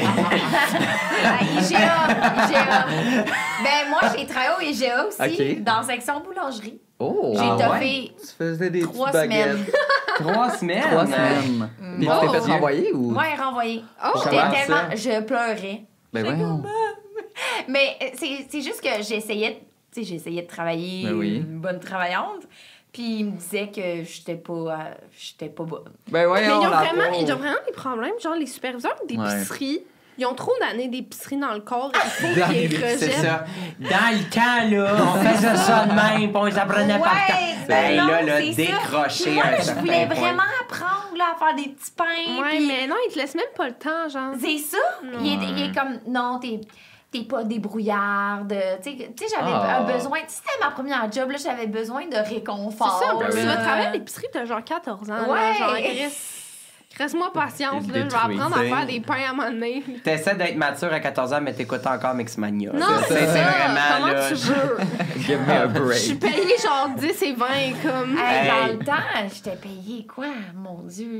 À I G A. I G A. Ben, moi, j'ai travaillé au I G A aussi, OK. dans section boulangerie. Oh! J'ai Ah toffé Tu faisais des trois petites baguettes. semaines. Trois semaines. Trois semaines. Puis tu t'es Oh. fait renvoyer ou? Ouais, renvoyé. Oh! J'étais Comment tellement... ça? Je pleurais. Ben voyons. Mais euh, c'est c'est juste que j'essayais, tu sais, j'essayais de travailler Ben oui. une bonne travaillante. Puis il me disait que j'étais pas, euh, j'étais pas bonne. Ben Mais voyons, ils ont, la vraiment, pauvre. ils ont vraiment des problèmes. Genre, les superviseurs d'épicerie, Ils ont trop d'années d'épicerie dans le corps. Il faut D'années qu'ils d'épicerie, C'est rejettent. ça. Dans le temps, là, on faisait ça de même, puis on les apprenait par Ouais, cœur. ben Ben non, là, là, c'est ça. décrocher Puis moi, un je certain voulais point. vraiment apprendre là, à faire des petits pains. Ouais, puis- mais non, ils te laissent même pas le temps, genre. C'est ça. Il est, il est comme, non, t'es, t'es pas débrouillarde. Tu sais, tu sais, j'avais Ah. un besoin. Tu sais, c'était ma première job, là, j'avais besoin de réconfort. C'est ça, ben tu oui. vas travailler à l'épicerie, t'as genre quatorze ans. Ouais. Là, genre, reste- Reste-moi patience, Il là, je vais détruit, apprendre à t'sais. faire des pains à un moment donné. T'essaies d'être mature à quatorze ans, mais t'écoutes encore Mixmania. Non, C'est- c'est c'est ça. vraiment, Comment là, tu je- veux? Give me a Je suis break. payée genre dix et vingt, comme... Hey, Hey. Dans le temps, j'étais payée quoi? Mon Dieu,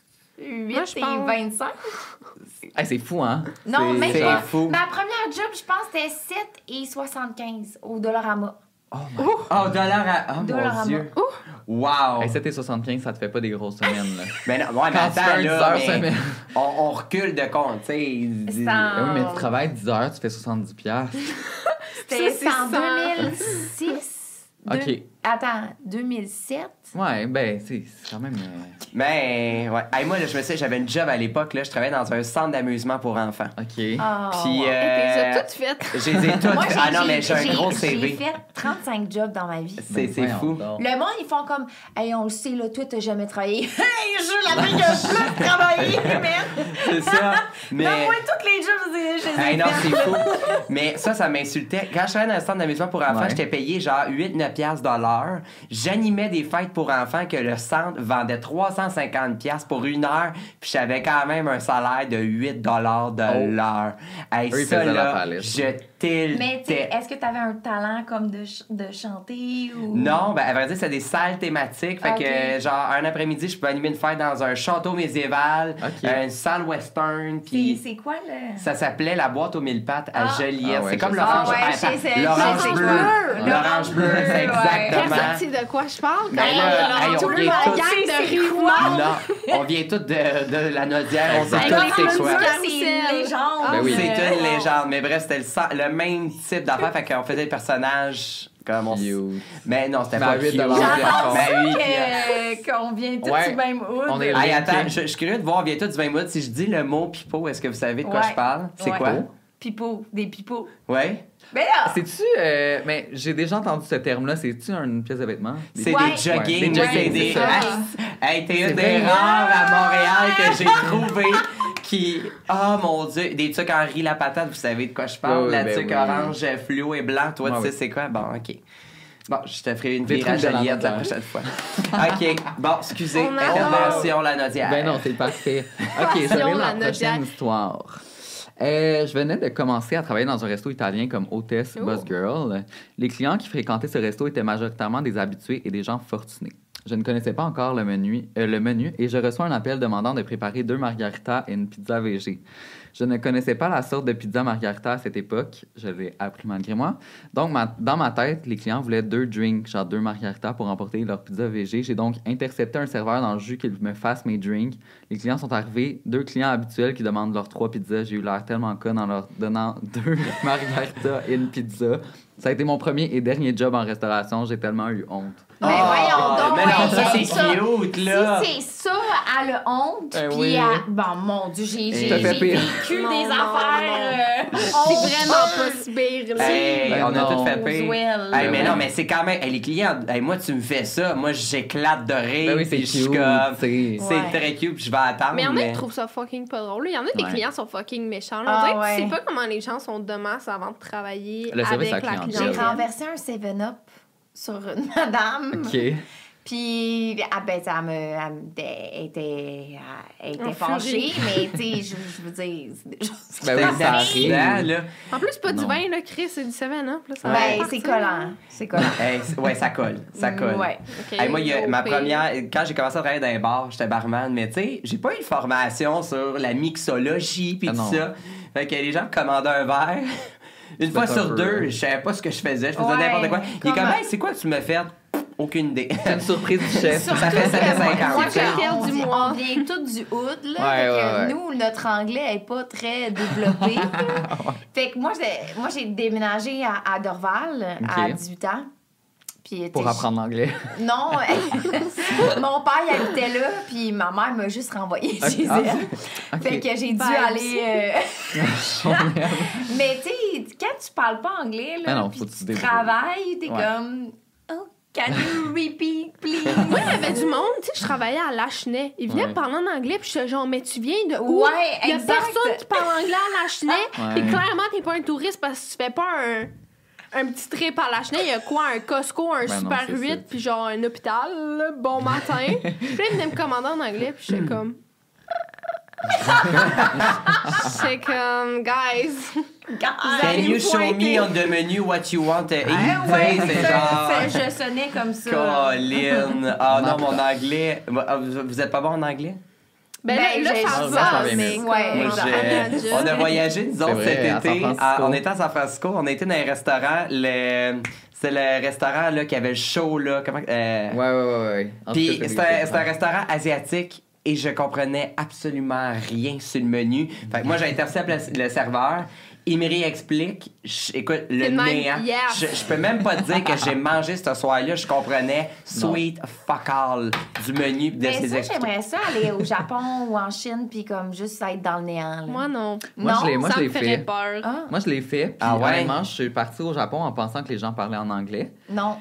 huit Moi, je et pense- vingt-cinq? Hey, c'est fou, hein? Non, C'est- même c'est pas. fou. Ma première job, je pense, c'était sept et soixante-quinze au Dollarama. Oh, dollar à... Oh, Dollarama. mon Dieu. Wow. Hey, sept et soixante-quinze, ça te fait pas des grosses semaines, là. Mais non, ouais, mais Quand tu fais attends, un dix là, heures mais semaine. on, on recule de compte, tu sais. C'est en- Ben oui, mais tu travailles dix heures, tu fais soixante-dix piastres. C'était Ça, c'est en ça. deux mille six. OK. Deux- Attends, deux mille sept? Ouais, ben, c'est c'est quand même... euh, Mais, ouais. Hey, moi, là, je me sais, j'avais une job à l'époque, là, je travaillais dans un centre d'amusement pour enfants. OK. Oh, Puis, Hey, euh, t'es toutes faites. je les ai toutes. Moi, j'ai, Ah non, mais j'ai un gros J'ai C V. fait trente-cinq jobs dans ma vie. C'est Ben, c'est voyons fou. donc. Le monde, ils font comme, hey, on le sait, là, toi, t'as jamais travaillé. Hey, je suis la fille qui a le plus travaillé, man. C'est ça. Mais. Non, moi, toutes les jobs, je je les ai Hey, non, faites. c'est fou. Mais ça, ça m'insultait. Quand je travaillais dans un centre d'amusement pour enfants, Ouais. j'étais payé genre huit neuf piastres de l'heure. J'animais des fêtes pour enfants que le centre vendait trois cent cinquante piastres pour une heure. Puis j'avais quand même un salaire de huit dollars de Oh. l'heure. Hey, Eux, ils ça, faisaient la là, palette. je Mais, tu sais, tiltais. est-ce que t'avais un talent comme de, ch- de chanter ou. Non, ben à vrai dire, c'est des salles thématiques. Fait Ok. que, euh, genre, un après-midi, je peux animer une fête dans un château médiéval, Ok. euh, une salle western, C'est, puis c'est quoi le. ça s'appelait la boîte aux mille pattes à Ah. Joliette. Ah ouais, c'est comme je l'orange sais. Ah ouais, attends, je sais, l'orange je sais bleu. quoi. L'orange bleu, c'est Ouais. exactement. Personne sait de quoi je parle. Ben quand là, on- hey, on tout le vient monde tous- gang de C'est Rive-Nord. Non, on vient tous de, de la Naudière, on sait Exact. tous Hey, c'est comme quoi. ça, C'est une légende. Ah, Ben oui. C'est Euh, une légende, mais bref, c'était le, sa- le même type d'affaire, fait qu'on faisait des personnages comme on s- Cute. Mais non, c'était Ben, pas huit cute. dollars. J'adore Ben ça oui, puis, que- qu'on vient tous Ouais. du même hood. On est Hey, là. attends, je, je suis curieux de voir, on vient tous du même mode. Si je dis le mot pipeau, est-ce que vous savez de quoi Ouais. je parle? C'est Ouais. quoi? Pipeau, des pipeaux. Ouais? Ben là! C'est-tu... euh, mais j'ai déjà entendu ce terme-là. C'est-tu une pièce de vêtements? Des- C'est Ouais. des jogging. Ouais, des jogging, c'est des... c'est ça. Ah, hey, t'es C'est une des vrai. rares à Montréal que j'ai trouvé qui... Oh mon Dieu! Des trucs Henri la patate, vous savez de quoi je parle? Oui, la ben truc oui. orange, fluo et blanc. Toi, Ouais, tu sais oui. c'est quoi? Bon, OK. Bon, je te ferai une Des virage trucs de la Joliette la Naudière. prochaine fois. OK. Bon, excusez. On adore. Intervention la Naudière. Ben non, c'est parfait. OK, je Passion, vais la la prochaine Naudière. histoire. Euh, je venais de commencer à travailler dans un resto italien comme hôtesse Oh. Boss Girl. Les clients qui fréquentaient ce resto étaient majoritairement des habitués et des gens fortunés. Je ne connaissais pas encore le menu, euh, le menu et je reçois un appel demandant de préparer deux margaritas et une pizza végé. Je ne connaissais pas la sorte de pizza margarita à cette époque. Je l'ai appris malgré moi. Donc, ma- dans ma tête, les clients voulaient deux drinks, genre deux margaritas pour emporter leur pizza végé. J'ai donc intercepté un serveur dans le jus qu'il me fasse mes drinks. Les clients sont arrivés. Deux clients habituels qui demandent leurs trois pizzas. J'ai eu l'air tellement con en leur donnant deux margaritas et une pizza. Ça a été mon premier et dernier job en restauration. J'ai tellement eu honte. Mais voyons donc, Mais non, ça, hey, c'est ça. cute, là. Si c'est ça, elle a honte, Eh puis oui. elle- Bon, mon Dieu, j'ai j'ai- Je te fais j'ai pire. vécu Non, des non, affaires... non. euh, C'est vraiment honte. pas si pire, là. Hey, Ben on a non. tout fait pire. Roswell. Hey, mais Ben non, oui. mais c'est quand même. Hey, les clients, hey, moi, tu me fais ça. Moi, j'éclate de rire. Ben oui, c'est puis je suis cute, comme. tu sais. C'est Ouais. très cute, puis je vais attendre. Mais il y en a qui trouvent ça fucking pas drôle. Il y en a des Ouais. clients qui sont fucking méchants. Ah, On dirait que tu ouais. sais pas comment les gens sont de masse avant de travailler Le service avec à la clientèle. J'ai clientèle. renversé un seven up sur une madame. OK. Puis, ah ben, ça me, elle me- elle était, elle était En fâchée, furie. mais tu sais, je, je veux dire, c'est des choses qui Ben oui, peuvent ça arriver. arrive. là. En plus, c'est pas du Non. vin, là, Chris, c'est du seven up. Là, ça va Ben, partir, c'est collant, c'est collant. Hey, c'est- ouais, ça colle. Ça colle. Ouais. Ok, Hey, moi, il y a- au ma pire. première. Quand j'ai commencé à travailler dans un bar, j'étais barman, mais tu sais, j'ai pas eu de formation sur la mixologie puis Ah tout non. ça. Fait que les gens me commandaient un verre. Une Tu fois fais sur un peu, deux, hein. je savais pas ce que je faisais. Je faisais Ouais, n'importe quoi. Il est comment- comme, hey, c'est quoi que tu me fais? Aucune idée. C'est une surprise du chef. Ça fait- ça fait Moi, cinquante. moi, C'est le on, du vient- mois. on vient tous du hood, là. Ouais, fait que ouais, ouais. nous, notre anglais est pas très développé. Fait que moi, j'ai, moi, j'ai déménagé à, à Dorval à Ok. dix-huit ans. Puis, Pour t'sais, apprendre l'anglais. Non, mon père il habitait là, puis ma mère m'a juste renvoyé Ok. chez Ah, elle. ok. Fait que j'ai dû Vibes. aller. euh, Mais tu sais, quand tu parles pas anglais, Ben là, non, puis faut que tu tu te débrouilles. travailles, t'es Ouais. comme. Oh, can you repeat, please? Moi, il y avait du monde, tu sais, je travaillais à Lachenay. Ils venaient Ouais. me parler en anglais, puis j'étais genre, mais tu viens de où? Ouais, Il y a exact. personne qui parle anglais à Lachenay. Ouais. Puis clairement, t'es pas un touriste parce que tu fais pas un, un petit trip à Lachenay. Il y a quoi? Un Costco, un Ben non, Super c'est ça. huit, puis genre un hôpital. là, Bon matin. Puis là, ils venaient me commander en anglais, puis j'étais comme... J'étais comme, guys... Can allez you me show me pointer. on the menu what you want to eat? Ah ouais, c'est ça, genre... ça, je sonnais comme ça. Colin. Ah non, mon anglais... Ah, Vous vous êtes pas bon en anglais? Ben, là, Ben, là, j'ai- ça Ah, va, ça va mais bien. comme, Ouais, Moi, en exact. j'ai- Canada. on a voyagé, nous autres, vrai, cet à San été. Francisco. à- on était à San Francisco. On était dans un restaurant. Le... C'est le restaurant là, qui avait le show. Là. Comment... euh, Ouais, ouais, ouais. ouais. En tout Puis cas, c'était un, c'était un restaurant asiatique et je comprenais absolument rien sur le menu. Fait que moi, j'ai intercepté le, le serveur. Il me réexplique. Je- Écoute, le C'est de même, néant. yes. Je, je peux même pas te dire que j'ai mangé ce soir-là. Je comprenais sweet fuck all du menu de Mais ses ça, explications. j'aimerais ça aller au Japon ou en Chine, puis comme juste être dans le néant. Là. Moi, non. Moi, non, je l'ai- moi, ça je me l'ai ferait fait. peur. Ah, Moi, je l'ai fait. Puis, Ah ouais? honnêtement, je suis partie au Japon en pensant que les gens parlaient en anglais. non.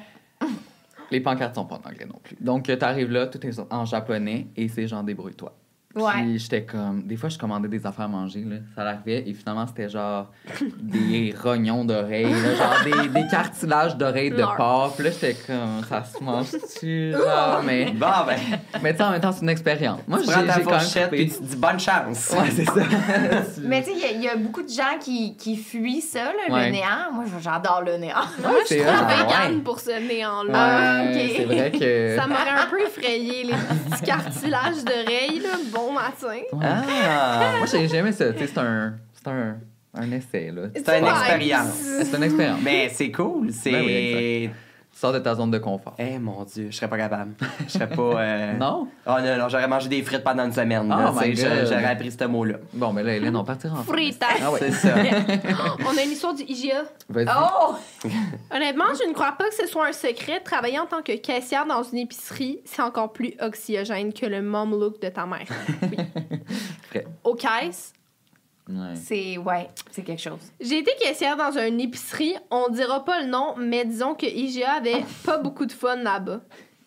Les pancartes sont pas en anglais non plus. Donc, tu arrives là, tout est en japonais et c'est genre débrouille-toi. Ouais. Puis j'étais comme... Des fois, je commandais des affaires à manger, là. Ça arrivait et finalement, c'était genre des rognons d'oreilles, là, genre des, des cartilages d'oreilles de Lord. porc. Puis là, j'étais comme... Ça se mange-tu, genre? Mais, Bon, ben, mais tu sais, en même temps, c'est une expérience. Moi, tu j'ai prends ta j'ai quand même fourchette trippé. et tu te dis bonne chance. Ouais, c'est ça. Mais tu sais, il y a- il y, a beaucoup de gens qui, qui fuient ça, là, Ouais. le néant. Moi, j'adore le néant. Moi, je suis c'est trop vrai. végane Ouais. pour ce Ouais, néant-là. Ah, ok. c'est vrai que... Ça m'aurait un peu effrayé, les petits cartilages d'oreilles, là. Bon matin. Ouais. Ah! Moi, j'ai jamais ça. Tu sais, c'est un... C'est un... Un essai, là. C'est une Ouais. expérience. C'est une expérience. Mais c'est cool. C'est. Ben oui, Tu sors de ta zone de confort. Eh mon Dieu, je serais pas capable. Je serais pas. euh, Non? Oh non, non, j'aurais mangé des frites pendant une semaine. là. Oh my C'est- God. J'aurais appris ce mot-là. Bon, mais là, Hélène, on partira ensemble. Fritas. Ah ouais. C'est ça. On a une histoire du I G A. Vas-y. Oh! Honnêtement, je ne crois pas que ce soit un secret. Travailler en tant que caissière dans une épicerie, c'est encore plus oxygène que le mom look de ta mère. Oui. Vrai. Aux caisses, Ouais. C'est, ouais, c'est quelque chose. j'ai été caissière dans une épicerie. On dira pas le nom, mais disons que I G A avait pas beaucoup de fun là-bas.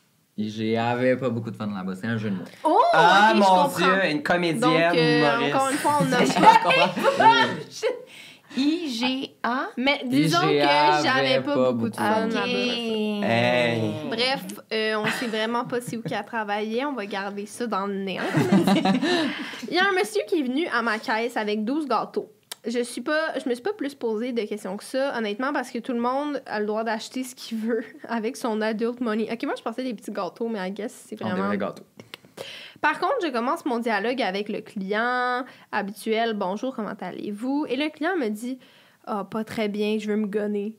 J'avais pas beaucoup de fun là-bas. C'est un jeu de mots. Oh, Ah ok, je mon comprends. Dieu, une Donc, comédienne, euh, humoriste. encore une fois, on a I G A. Mais disons I G A que j'avais avait pas, pas beaucoup de beaucoup fun de là-bas. Hey. Bref, euh, on sait vraiment pas si où qu'elle travaillait. On va garder ça dans le néant. Il y a un monsieur qui est venu à ma caisse avec douze gâteaux. Je suis pas, je me suis pas plus posé de questions que ça, honnêtement, parce que tout le monde a le droit d'acheter ce qu'il veut avec son adult money. Ok, moi je pensais des petits gâteaux, mais I guess c'est On des vraiment. vrais gâteaux. Par contre, je commence mon dialogue avec le client habituel. Bonjour, comment allez-vous? Et le client me dit, ah, pas très bien, je veux me gonner.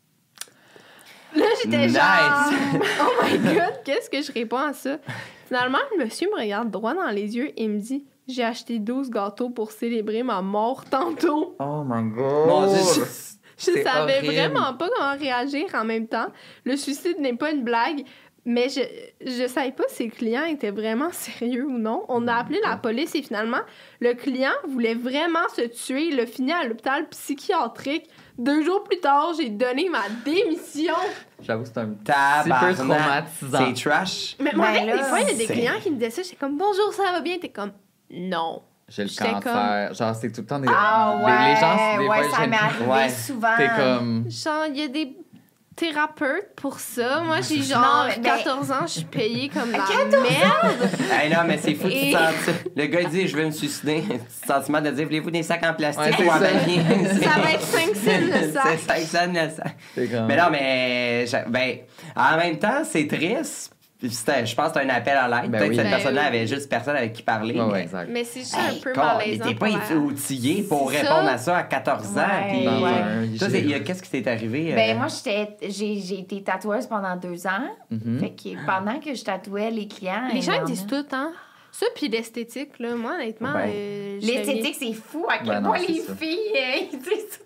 Là, j'étais Nice. genre, oh my god, qu'est-ce que je réponds à ça? Finalement, le monsieur me regarde droit dans les yeux et me dit, j'ai acheté douze gâteaux pour célébrer ma mort tantôt. Oh my god! Mon Dieu, Je C'est savais horrible. vraiment pas comment réagir en même temps. Le suicide n'est pas une blague, mais je, je savais pas si le client était vraiment sérieux ou non. On a appelé la police et finalement, le client voulait vraiment se tuer. Il a fini à l'hôpital psychiatrique. Deux jours plus tard, j'ai donné ma démission. J'avoue, c'est un petit peu tabarnak. traumatisant. C'est trash. Mais moi, Ben avec, là, des fois, il y a des c'est- clients qui me disaient ça. J'étais comme, bonjour, ça va bien? T'es comme, non. J'ai le J'étais cancer. Genre, c'est tout le temps des. Ah des- ouais, les gens, des ouais, fois, ça j'ai- m'est arrivé Ouais. souvent. T'es comme. Genre, il y a des thérapeutes pour ça. Moi, j'ai Non, genre mais- quatorze ans, je suis payée comme la merde. Hey, non, mais c'est fou, tu Et- te sens. Le gars, il dit, je vais me suicider. Ce sentiment de dire, voulez-vous des sacs en plastique Ouais, c'est ou en ça. papier? Ça va être cinq cents le sac. C'est cinq cents le sac. C'est comme. Mais non, mais. j'a- Ben, en même temps, c'est triste. Puis c'était- Je pense que c'est un appel à l'aide. Ben Peut-être oui. que cette Ben personne-là oui. avait juste personne avec qui parler. Ouais, ouais, mais- exact. Mais c'est juste Hey, un peu con, il malaisant. était pas pour la- outillé pour C'est répondre ça. à ça à quatorze ans. Ouais, Puis, Dans ouais. un Toi, c'est- I G A. il y a- qu'est-ce qui t'est arrivé? euh? Ben, moi, j'étais, j'ai, j'ai été tatoueuse pendant deux ans. Mhm. Fait que pendant que je tatouais les clients. Les gens ils énormément- disent tout, hein. Ça, puis l'esthétique, là. Moi, honnêtement, Ben. euh, je L'esthétique, c'est fou à quel Ben non, point c'est les ça. filles, euh, ils disent toute leur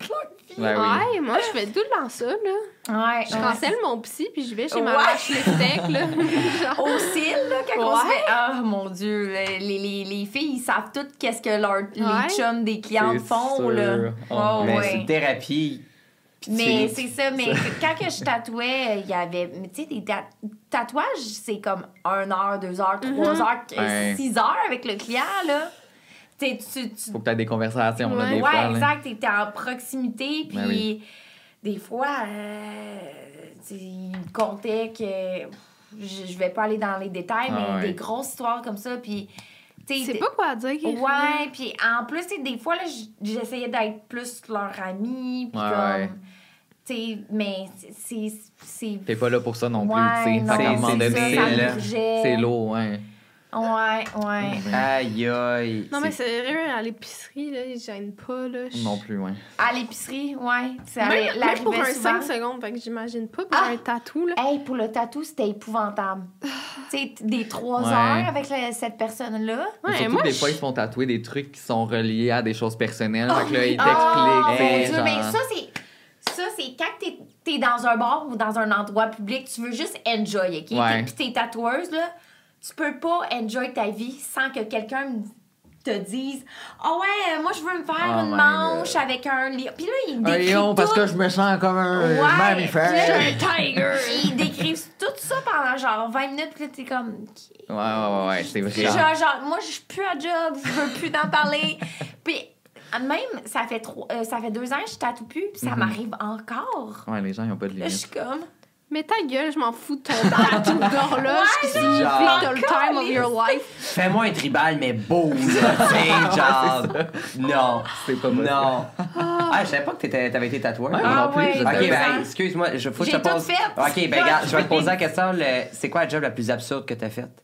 Ben oui. Ouais, moi, je fais tout le temps ça, là. Ouais. Je ouais. cancelle mon psy, puis je vais chez ma Ouais. vache steak, là. Genre, Au cil, là, quand on se Ouais. fait. Ah, mon Dieu. Les, les, les filles, ils savent tout qu'est-ce que leur, Ouais. les chums des clientes C'est font, sûr. là. Oh, Oh, Mais ouais. c'est une thérapie. Puis tu Mais fais- c'est ça, mais quand que je tatouais, il y avait. Mais tu sais, des ta- tatouages, c'est comme une heure, deux heures, trois Mhm. heures, Ouais. six heures avec le client, là. T'sais, tu, tu, Faut que tu aies des conversations, là, Ouais. des ouais, fois. là. exact. T'es en proximité, puis Ben oui. des fois, euh, t'sais, il me contait que. Je, je vais pas aller dans les détails, Ah mais ouais. des grosses histoires comme ça, puis. t'sais, c'est t'es- pas quoi dire. Ouais, puis en plus, t'sais, des fois, là, j- j'essayais d'être plus leur amie, puis Ouais, comme. ouais. T'sais, mais c'est. c'est T'es pas là pour ça non plus, Ouais, tu sais. non, Fait qu'à un moment c'est donné, ça, c'est ça me là. brûlait. c'est lourd, ouais. Ouais, ouais. Aïe, aïe. Non, mais C'est- sérieux, à l'épicerie, là, ils gênent pas, là. Je- Non plus, ouais. À l'épicerie, ouais. Ça Même, allait- même pour un l'arrivait souvent. cinq secondes, fait que j'imagine pas pour Ah! un tatou, là. Hey, pour le tatou, c'était épouvantable. tu sais, des trois Ouais. heures avec le- cette personne-là. Mais Ouais, surtout moi, que des je- fois, ils se font tatouer des trucs qui sont reliés à des choses personnelles. Oh, fait que là, ils Oh, t'expliquent. mon tu sais, Dieu, genre- mais ça, c'est... Ça, c'est quand t'es, t'es dans un bar ou dans un endroit public, tu veux juste enjoy, OK? Ouais. Puis t'es tatoueuse, là, tu peux pas enjoy ta vie sans que quelqu'un te dise « Ah ouais, euh, moi, je veux me faire Oh une my manche God. avec un lion. » Puis là, ils Un décrivent lion, parce tout. que je me sens comme un Ouais, mammifère. puis là, un tiger. Ils décrivent tout ça pendant genre vingt minutes, puis là, t'es comme... OK. Ouais, ouais, ouais, ouais, c'est vrai. Genre, genre, moi, je suis plus à job, je veux plus d'en parler. Puis, même, ça fait, trois, euh, ça fait deux ans que je tatoue plus, puis ça Mhm. m'arrive encore. Ouais, les gens, ils ont pas de Là, je limite. suis comme... Mais ta gueule, je m'en fous de ton tatou d'horloge qui signifie genre- que t'as le time of your life. Fais-moi un tribal, mais beau, là. Tu sais, genre. Non. C'est pas possible. Non. Ah, je savais pas que t'étais- t'avais été tatoueur. Ouais, moi Ah non plus, ouais, je Ok, savais ben, pas. hey, excuse-moi, je faut que je J'ai te pose. tout fait. Ok, ben, regarde, je vais te poser la question. le- C'est quoi la job la plus absurde que t'as faite?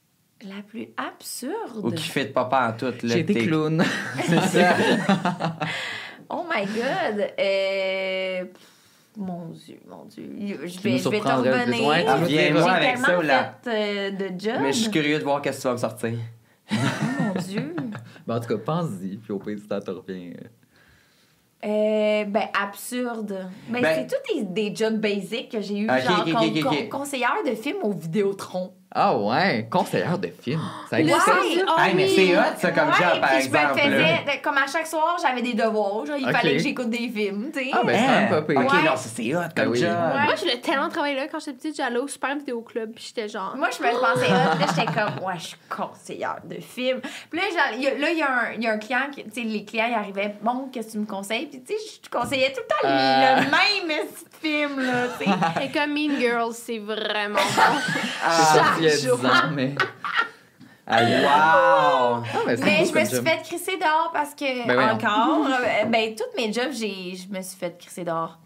La plus absurde. Ou qui fait pas pas en tout, là? J'ai été t'es- clown. C'est ça. Oh my God. Euh... Mon Dieu, mon Dieu. Je nous vais, je vais te surprendrais le plus. revenir. Ouais, tu Ah, nous viens-moi diras. J'ai avec ça, tellement là. fait euh, de job. Mais je suis curieux de voir qu'est-ce que tu vas me sortir. Oh mon Dieu. Ben, en tout cas, pense-y, puis au pire, si t'en te reviens. Euh, ben, absurde. Ben, Ben- c'est tous des, des jobs basiques que j'ai eu, Ok, genre ok, con- ok, ok. con- conseillère de films au Vidéotron. Ah ouais, conseillère de film. Ça Le existe. sens Ouais. du Hey, mais homie. c'est hot, ça, comme Ouais, job, par puis je me exemple. faisais, là. comme à chaque soir, j'avais des devoirs. Genre, il Ok. fallait que j'écoute des films, tu sais. Ah, ben, c'est quand même pas pire. Ok, Ouais. non, ça, c'est hot Ben comme oui. job. Ouais. Moi, je voulais tellement travailler là. Quand j'étais petite, j'allais au Super Vidéo Club, puis j'étais genre... Moi, je me le pensais hot. Là, j'étais comme, ouais, je suis conseillère de films. Puis là, genre, il y a- là, il y, a un- il y a un client, qui- tu sais, les clients, ils arrivaient, bon, qu'est-ce que tu me conseilles? Puis, tu sais, je conseillais tout le temps le- Euh. le même petit film, là, tu sais. Et comme Mean Girls, c'est vraiment bon. C'est Ah, sorti il y a chaque dix jour. ans, mais. Aïe. wow! Ah, ben, c'est Mais beau je me comme suis job. fait crisser dehors parce que, Ben voyons. encore, euh, ben, tous mes jobs, j'ai, je me suis fait crisser dehors.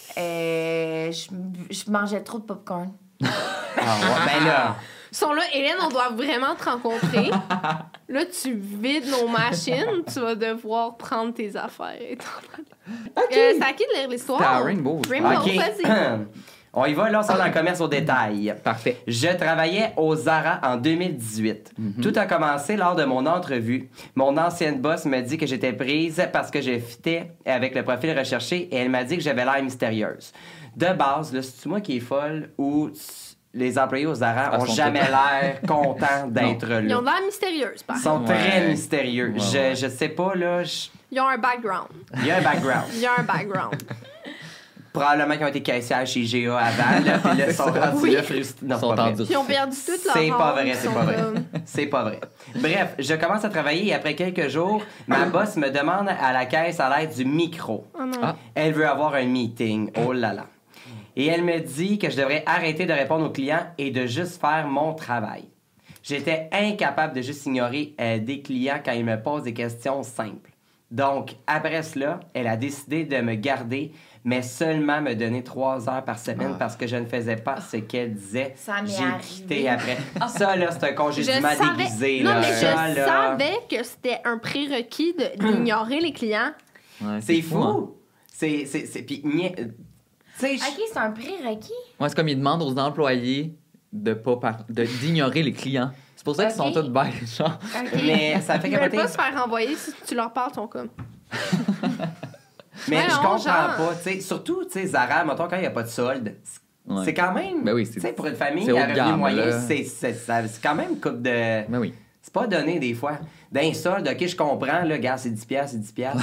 Euh, je, je mangeais trop de popcorn. Ah, ouais, ben là, Ils sont là, Hélène, on doit vraiment te rencontrer. Là, tu vides nos machines, tu vas devoir prendre tes affaires. et t'en- Euh, c'est à qui de lire l'histoire? C'est à Rainbow. je Rainbow. pense. OK. vas-y. On y va, là, on sort dans le commerce au détail. Parfait. Je travaillais au Zara en deux mille dix-huit. Tout a commencé lors de mon entrevue. Mon ancienne boss me dit que j'étais prise parce que je fitais avec le profil recherché et elle m'a dit que j'avais l'air mystérieuse. De base, là, c'est moi qui est folle ou t- les employés au Zara Ah, ont sont jamais tous- l'air contents d'être Ils ont là. l'air mystérieuses, par Ils exemple. sont Ouais. très mystérieux. Ouais, je, ouais. je sais pas, là, je- Ils ont un background. il y a un background. Il y a un background. Probablement qu'ils ont été caissières chez G A avant, là, puis là, ils sont rendus Oui. là frustrés. Non, Ils c'est sont pas vrai. tendus. Puis ils ont perdu toute leur C'est pas âme, vrai, ils c'est sont pas vrai. comme- C'est pas vrai. Bref, je commence à travailler et après quelques jours, ma boss me demande à la caisse à l'aide du micro. Oh non. Ah. Elle veut avoir un meeting. Oh là là. Et elle me dit que je devrais arrêter de répondre aux clients et de juste faire mon travail. J'étais incapable de juste ignorer euh, des clients quand ils me posent des questions simples. Donc, après cela, elle a décidé de me garder, mais seulement me donner trois heures par semaine Ah. parce que je ne faisais pas ce qu'elle disait. Ça m'est J'ai arrivé. quitté après. Ça, là, c'est un Je congédiement savais... déguisé. Non, là. mais Ça, je là, savais que c'était un prérequis de- d'ignorer les clients. Ouais, C'est hein. fou. C'est... c'est, c'est... Puis, nia- tu sais, je- OK, c'est un prérequis. Ouais, c'est comme ils demandent aux employés de pas par- de d'ignorer les clients. C'est pour ça qu'ils Ok. sont tous bêtes, genre. OK. mais ça fait Ils veulent capoter. pas se faire renvoyer si tu leur parles, ils sont comme... Mais Ouais, je non, comprends genre. pas. T'sais, surtout, tu sais, Zara, mettons, quand il n'y a pas de solde, c'est Ouais. c'est quand même. Ben oui, tu c'est- sais, pour une famille c'est haut à de revenu gamme, moyen, là. c'est c'est- ça- c'est quand même une coupe de. Ben oui. C'est pas donné des fois. D'un solde, ok, je comprends, là, gars, c'est dix piastres, c'est dix piastres.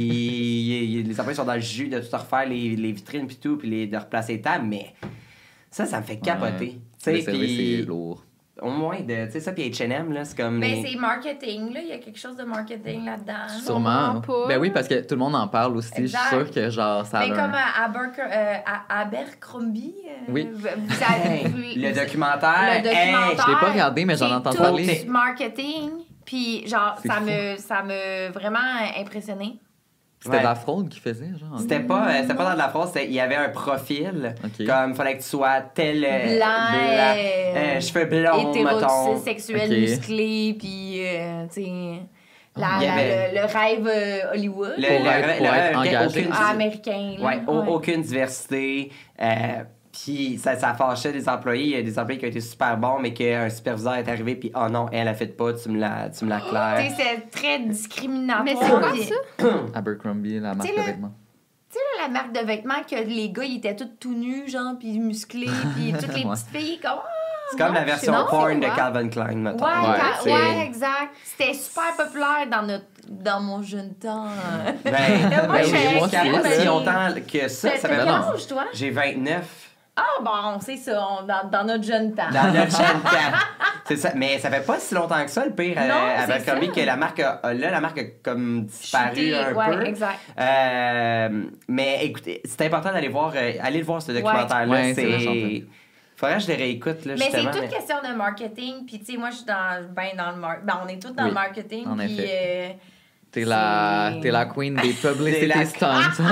Puis les employés sont dans le jus de tout refaire les, les vitrines, puis tout, puis les, de replacer les tables, mais ça, ça me fait capoter. Ouais. Tu sais, Le service, puis c'est lourd. au moins, de, tu sais, ça, puis H and M, là, c'est comme. Mais les- c'est marketing, là. Il y a quelque chose de marketing là-dedans. Sûrement. pas. Ben oui, parce que tout le monde en parle aussi. Exact. Je suis sûre que genre ça a Mais un- comme à, Abercr- euh, à Abercrombie. euh, Oui. Vous, vous avez, Hey, vous- le vous- documentaire. Le documentaire. Je l'ai pas regardé, mais j'en c'est entends tout parler. marketing. Puis, genre, C'est ça fou. me, ça me vraiment impressionné. C'était Ouais. de la fraude qu'ils faisaient, genre. C'était pas, euh, c'était pas dans de la phrase, c'était- il y avait un profil. Ok. Comme, il fallait que tu sois tel. euh, Blanc, blanc, euh, euh, cheveux blonds, mettons. Hétérosexuel, Ok. musclé, puis, euh, tu sais, la- Il y la- avait- le, le rêve euh, Hollywood. Le- Pour le- être- le- pour être le- engagé. aucune- Ah, américain. Là. Ouais, au- Ouais. aucune diversité. Euh, puis ça, ça fâchait des employés. Il y a des employés qui ont été super bons, mais qu'un superviseur est arrivé, puis oh non, elle a fait pas, tu me la, tu me la Tu claires. sais, c'est très discriminatoire. Mais c'est quoi Puis- ça? Abercrombie, la marque sais, de là, vêtements. Tu sais, là, la marque de vêtements que les gars, ils étaient tous tout nus, genre, puis musclés, puis toutes les Ouais. petites filles, comme... Ah, C'est comme non, la version non, porn c'est de quoi? Calvin Klein, mettons. Ouais, Ouais, ca- c'est- ouais, exact. C'était super populaire dans, notre, dans mon jeune temps. Ben, Moi, ben je- oui, moi, je- ça fait pas je- si longtemps que ça. T'as Ça quel fait non. âge, toi? J'ai vingt-neuf. Ah, bon, c'est ça, on- dans, dans notre jeune temps. Dans notre jeune temps. C'est ça. Mais ça fait pas si longtemps que ça, le pire, Non, euh, c'est Abercrombie, ça. que la marque a, là, la marque a comme disparu Chuté, un ouais, peu. exact. Euh, mais écoutez, c'est important d'aller voir, euh, aller le voir, ce documentaire-là. Ouais, c'est vrai, j'en c'est... fais. Faudrait que je les réécoute, là, Mais c'est justement. toute mais- question de marketing. Puis, tu sais, moi, je suis dans, ben dans le marketing. Ben, on est tous dans Oui, le marketing. en Puis, effet. euh, T'es la, c'est- t'es la queen des T'es publicity la- stunts.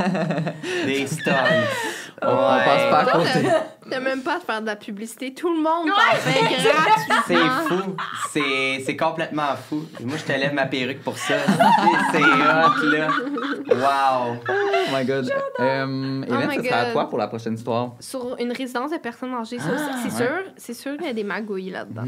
Des stunts. On passe pas à Toi, côté. t'as- T'as même pas à te faire de la publicité. Tout le monde Ouais. t'en fait C'est gratuitement. fou. C'est, c'est complètement fou. Moi, je te lève ma perruque pour ça. C'est, c'est hot, là. Wow. Oh my god. Euh, Hélène, Oh my ce sera à God. toi pour la prochaine histoire. Sur une résidence de personnes âgées, ça aussi, Ah, c'est ouais. sûr. C'est sûr qu'il y a des magouilles là-dedans.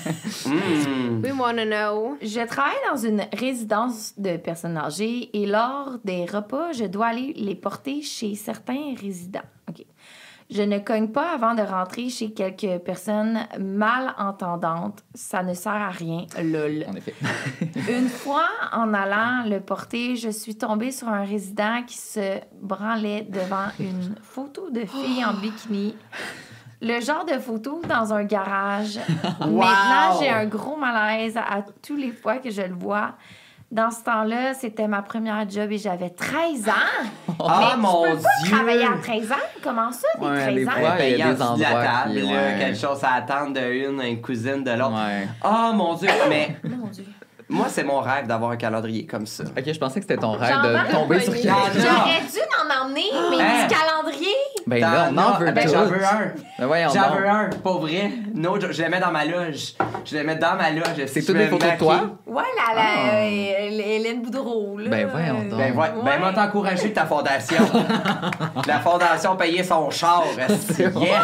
Mm. We wanna know. Je travaille dans une résidence de personnes âgées et lors des repas, je dois aller les porter chez certains résidents. OK. Je ne cogne pas avant de rentrer chez quelques personnes malentendantes. Ça ne sert à rien, lol. En effet. Une fois, en allant le porter, je suis tombée sur un résident qui se branlait devant une photo de fille en bikini. Le genre de photo dans un garage. Maintenant, j'ai un gros malaise à tous les fois que je le vois. Dans ce temps-là, c'était ma première job et j'avais treize ans. Ah, Mais mon tu peux pas Dieu! travailler à treize ans? Comment ça, des Ouais, treize des ans? fois, il y a Payant des dessous de endroits la table, qui- là, ouais. quelque chose à attendre de une, une cousine de l'autre. Ouais. Oh mon Dieu! Mais Mon Dieu. moi, c'est mon rêve d'avoir un calendrier comme ça. Ok, je pensais que c'était ton rêve Jean-Marc de tomber sur Lemoyne. quelqu'un. J'aurais dû en emmener, mais Hein? du calendrier. Ben là, on T'en en as? veut Ben, tous. j'en veux un. Ben voyons J'en donc. veux un, pour vrai. No, je, je le mets dans ma loge. Je le mets dans ma loge. C'est Je toutes vais des photos de toi? maquiller. Ouais, la, la, Ah. euh, Hélène Boudreau, là. Ben, voyons donc. Ben, ouais. Ben, moi, t'encourager ta fondation. La fondation payait son char. esti. Yes!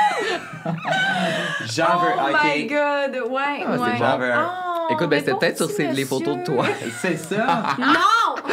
J'en veux. Oh OK. my God, ouais, Ah, c'est ouais. bon. J'en veux un. Oh, Écoute, ben mais c'était pauvre peut-être sur petit ces- les photos de monsieur. toi. C'est ça. Non!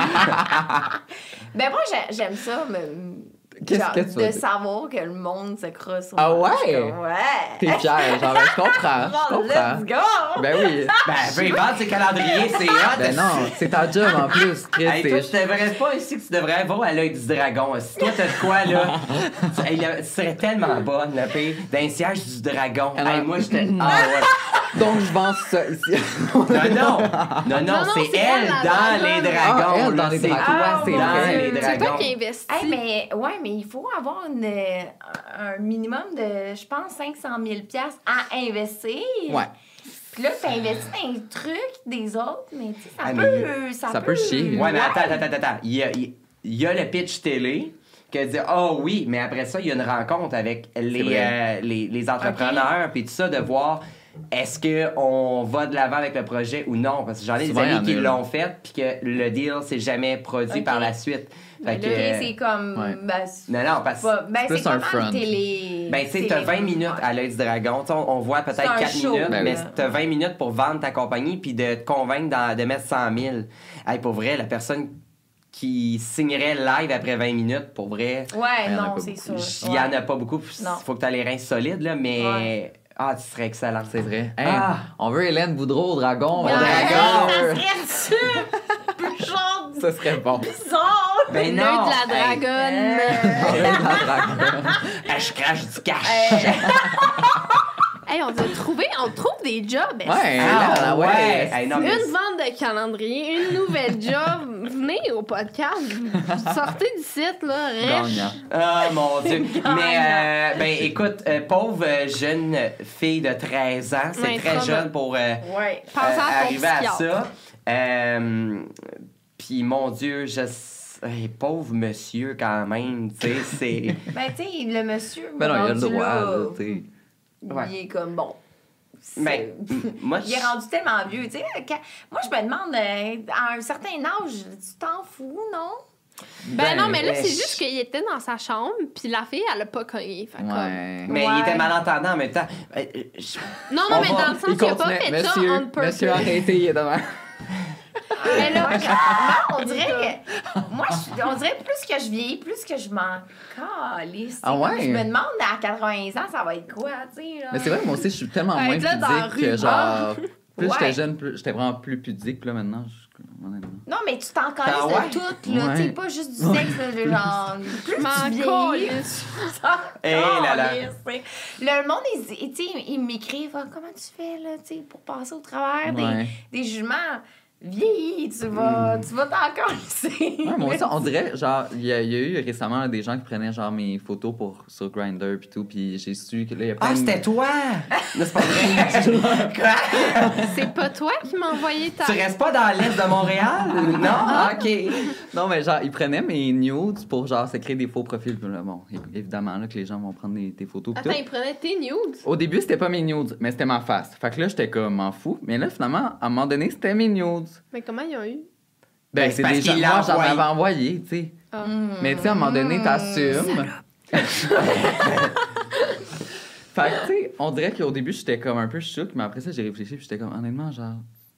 Ben moi, j'ai- j'aime ça, mais... Qu'est-ce genre, que tu de vas dire? savoir que le monde se crosse. Ah ouais? Je suis comme, ouais. T'es fière, genre, ben, je comprends, je Bon, comprends. let's go! Ben oui. Ben, peu vendre ses calendriers, c'est hot. Ben non, c'est ta job en plus, Chris. Hey, toi, c'est- tu devrais pas ici que tu devrais voir à l'œil du dragon. Si toi, t'as de quoi, là, tu, hey, là, tu serais tellement bonne, la paix, d'un siège du dragon. Alors- Hey, moi, j'étais... Ah ouais. Donc, je vends ça ici. Non, non, non, non, non, c'est c'est elle elle, la dans dragonne. les dragons. Ah, elle là, dans les c'est dragons. toi, Ah, c'est mon dans Dieu. les C'est toi dragons. qui investis. Hey, mais, ouais, mais il faut avoir une, euh, un minimum de, je pense, cinq cent mille dollars à investir. Ouais. Puis là, tu investis dans les trucs des autres, mais tu sais, ça, Ah, peut, mais- ça, ça peut chier. Ouais, mais attends, attends, attends, attends. Il y a, il il y a le pitch télé qui dit « Oh oui », mais après ça, il y a une rencontre avec les, vrai. euh, les, les entrepreneurs, puis tout ça, de voir est-ce qu'on va de l'avant avec le projet ou non. Parce que j'en ai Souvent, des il y en amis qui a. l'ont fait, puis que le deal s'est jamais produit Ok. par la suite. Fait OK, que, euh, c'est comme... ouais. Ben, c'est non, non, parce que... pas- ben, c'est c'est plus un comme front. une télé... Ben, tu sais, t'as télé- vingt minutes ouais. à l'œil du dragon. Tu sais, on, on voit C'est peut-être un quatre show. minutes, Ben mais oui. t'as vingt minutes pour vendre ta compagnie puis de te convaincre dans- de mettre cent mille. Hey, pour vrai, la personne qui signerait live après vingt minutes, pour vrai. Ouais, Il y en a non, pas c'est beaucoup. sûr. Il y en Ouais. a pas beaucoup. Il Non. faut que tu aies les reins solides, là, mais. Ouais. Ah, tu serais excellent. C'est vrai. Hey, Ah. On veut Hélène Boudreau au dragon. Ouais. au Hey, dragon. ça serait genre Ça serait bon. bizarre. Ben L'œil non! de la Hey, dragonne. L'œil de la dragonne. hey, je crache du cash! Hey. Hey, on va trouver, on trouve des jobs. est-ce Ouais, Ah, là, ouais! ouais. Hey, non, mais Une vente de calendrier, une nouvelle job. Venez au podcast. Vous sortez du site, là. Rêche. Gagnant. Ah, mon Dieu! Mais, euh, ben, écoute, euh, pauvre euh, jeune fille de treize ans, c'est Ouais, très trop jeune bonne. pour euh, Ouais. Pensez euh, à ton arriver à psychiatre. ça. Euh, Puis, mon Dieu, je. Hey, pauvre monsieur, quand même, tu sais, c'est. Ben, tu sais, le monsieur. Ben non, il a le rendu droit, là, là, tu sais. Ouais. Il est comme bon. C'est- Ben, moi, Il est rendu tellement vieux, tu sais. quand- Moi, je me demande, euh, à un certain âge, tu t'en fous, non? Ben non, mais là, ouais, c'est je- juste qu'il était dans sa chambre, puis la fille, elle a pas cogné. Fait comme- Ouais. Mais Ouais. il était malentendant en même temps. Euh, euh, je- Non, non, On mais va- dans le sens Il qu'il a pas continuait. fait ça Monsieur, on purpose. monsieur, arrêtez, il est devant. Mais là, Moi, on dirait que. Moi, je- on dirait plus que je vieillis, plus que je m'en calisse. Ah ouais? Je me demande à quatre-vingts ans, ça va être quoi, tu sais. là. Mais c'est vrai, moi aussi, je suis tellement Ouais, moins là, dans la pudique rue, que genre. Plus Ouais. j'étais jeune, plus j'étais vraiment plus pudique. Puis là, maintenant, je... honnêtement. Non, mais tu t'en calisses Ah ouais? de tout, là. Ouais. Tu sais, pas juste du sexe, là, genre. Plus je m'en tu vieillis, calisse. tu t'en Eh là là. calisses, tu sais. Le monde, ils, tu sais, ils m'écrivent ah, comment tu fais, là, tu sais, pour passer au travers Ouais. des, des jugements. Vieillis, tu vas, tu vas t'en calisser. Ouais, moi aussi, on dirait, genre, il y, a- il y a eu récemment là, des gens qui prenaient, genre, mes photos pour, sur Grindr puis tout, puis j'ai su que là, il y a plein Ah, de- c'était toi! Non, c'est pas vrai. Quoi? C'est pas toi qui m'as envoyé ta. Tu restes pas dans l'est de Montréal? Non? Ah, OK. Non, mais genre, ils prenaient mes nudes pour, genre, se créer des faux profils. Puis là, bon, é- évidemment, là, que les gens vont prendre des, des photos puis Attends, tout. il prenait tes nudes. Au début, c'était pas mes nudes, mais c'était ma face. Fait que là, j'étais comme, m'en fous. Mais là, finalement, à un moment donné, c'était mes nudes. Mais comment ils ont eu? Ben, Ben, c'est c'est parce des gens, qu'il l'a moi, j'en envoyé. avais envoyé, tu sais. Ah. Mais tu sais, à un moment donné, t'assumes. Fait que, tu sais, on dirait qu'au début, j'étais comme un peu chouk, mais après ça, j'ai réfléchi, puis j'étais comme, honnêtement, genre,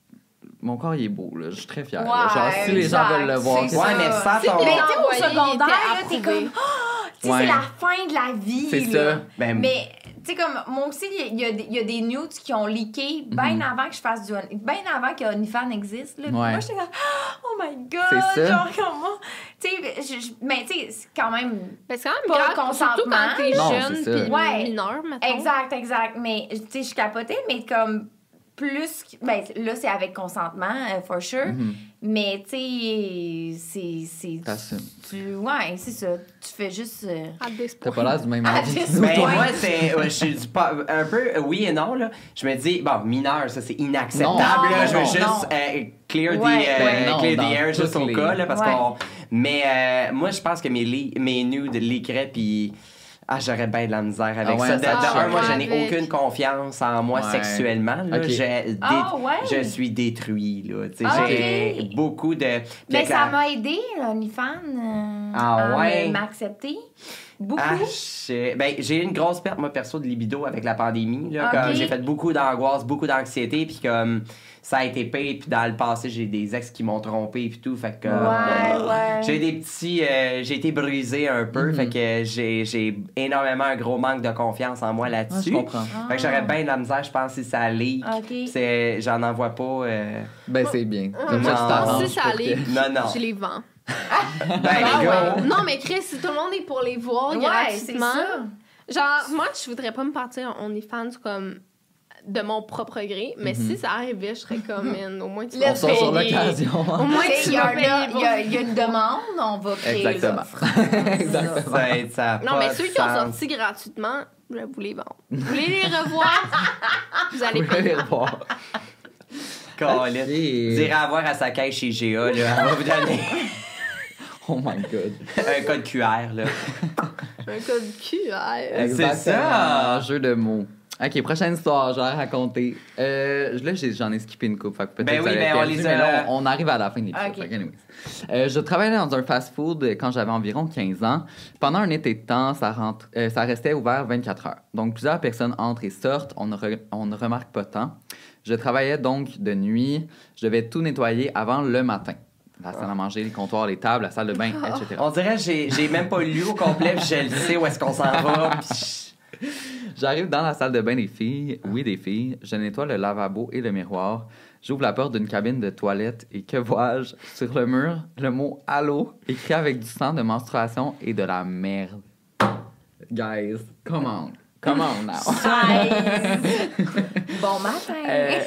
mon corps, il est beau, là. Je suis très fière. là. Ouais, Genre, si les gens exact, veulent le voir, c'est c'est Ouais, ça. mais sans Si ton. t'es Mais tu sais, au envoyé, secondaire, il là, était t'es approuvé. comme, ah, tu sais, Ouais. c'est la fin de la vie. C'est là. ça. Ben, Mais, tu sais, comme, moi aussi, il y, a des- il y a des nudes qui ont leaké bien Mhm. avant que je fasse du. bien avant que OnlyFans existe. Là. Puis Ouais. Moi, j'étais comme, oh my god, C'est ça. genre, comment. Tu sais, je- je- mais tu sais, c'est quand même. Ben, c'est quand même Pas grave, le surtout quand consentement. t'es Non, jeune c'est ça. puis Ouais. mineur, mettons. Exact, exact. Mais, tu sais, je capotais, mais comme. Plus. que- Ben, là, c'est avec consentement, euh, for sure. Mhm. Mais, tu sais, c'est. c'est T'assumes. tu, ouais, c'est ça. Tu fais juste. euh, À des T'as pas l'air du même Ah, âge. j'ai que nous, Ben, toi. moi, c'est. ouais, je suis du pas- un peu euh, oui et non, là. Je me dis, bon, mineur, ça, c'est inacceptable, Non, là. Je veux non, juste non. euh, clear, the, Ouais, euh, ouais. clear Non, the air, dans juste toutes au les- cas, là, parce Ouais. qu'on. Mais euh, moi, je pense que mes, li- mes nudes leakeraient, puis. Ah, j'aurais bien de la misère avec Ah ouais, ça. De, ça de te un, choque. moi, je n'ai Avec- aucune confiance en moi Ouais. sexuellement. Là. Ok. Je, dé- Ah, ouais? je suis détruit. Là. Tu sais, Ah, j'ai ok. beaucoup de. Mais de- ça m'a aidé, l'OnlyFans, euh, Ah à ouais? me- m'accepter. Beaucoup. Ah, je- ben, j'ai eu une grosse perte, moi, perso, de libido avec la pandémie. Là, Ok. comme j'ai fait beaucoup d'angoisse, beaucoup d'anxiété, puis comme ça a été pire. Puis dans le passé, j'ai des ex qui m'ont trompé, puis tout. Fait que Ouais, euh, ouais. j'ai des petits. euh, j'ai été brisé un peu, Mhm. fait que j'ai, j'ai énormément un gros manque de confiance en moi Ah, là-dessus. je comprends. Fait que j'aurais bien de la misère, je pense, si ça leak. OK. C'est, j'en envoie pas. euh, Ben, c'est bien. Ouais, Comme ça, non. tu t'arranges Si ça pour allait. que- Non, non. Je les vends. Ben, Ah go! ouais. Non, mais Chris, si tout le monde est pour les voir Ouais, c'est gratuitement. ça. Genre, moi, je voudrais pas me partir en OnlyFans comme de mon propre gré, mais Mhm. si ça arrivait, je serais comme, man, au moins tu On vas sort sur payer. l'occasion. Au moins Tu sais, tu Il y, a vas un- payer. il y a- il y a une demande, on va créer Exactement. l'offre. Exactement. Ça, ça a Non, pas mais de ceux qui ont sens. sorti gratuitement, je vais vous les vendre. Vous voulez les revoir? Vous allez Vous pouvez payer. les revoir. Colin. Ok. Vous irez avoir à sa caisse chez G A, là. Elle va vous donner Oh my god. un code Q R, là. Un code Q R. C'est ça. Un jeu de mots. OK, prochaine histoire, je vais la raconter. Euh, là, j'ai- j'en ai skippé une coupe, fait que peut-être Ben que oui, ça ben l'a on perdu, les mais a- là, on, on arrive à la fin de l'épisode. Ok. Fait que anyways. Euh, je travaillais dans un fast-food quand j'avais environ quinze ans. Pendant un été de temps, ça, rentre, euh, ça restait ouvert vingt-quatre heures. Donc, plusieurs personnes entrent et sortent. On ne, re- on ne remarque pas tant. Je travaillais donc de nuit. Je devais tout nettoyer avant le matin. la salle à manger, les comptoirs, les tables, la salle de bain, et cetera. On dirait que j'ai, j'ai même pas lu au complet, puis je le sais où est-ce qu'on s'en va. Puis... J'arrive dans la salle de bain des filles, oui, des filles. Je nettoie le lavabo et le miroir. J'ouvre la porte d'une cabine de toilette et que vois-je? Sur le mur, le mot « Allô » écrit avec du sang de menstruation et de la merde. Guys, come on. Come on now. Bon matin. Euh,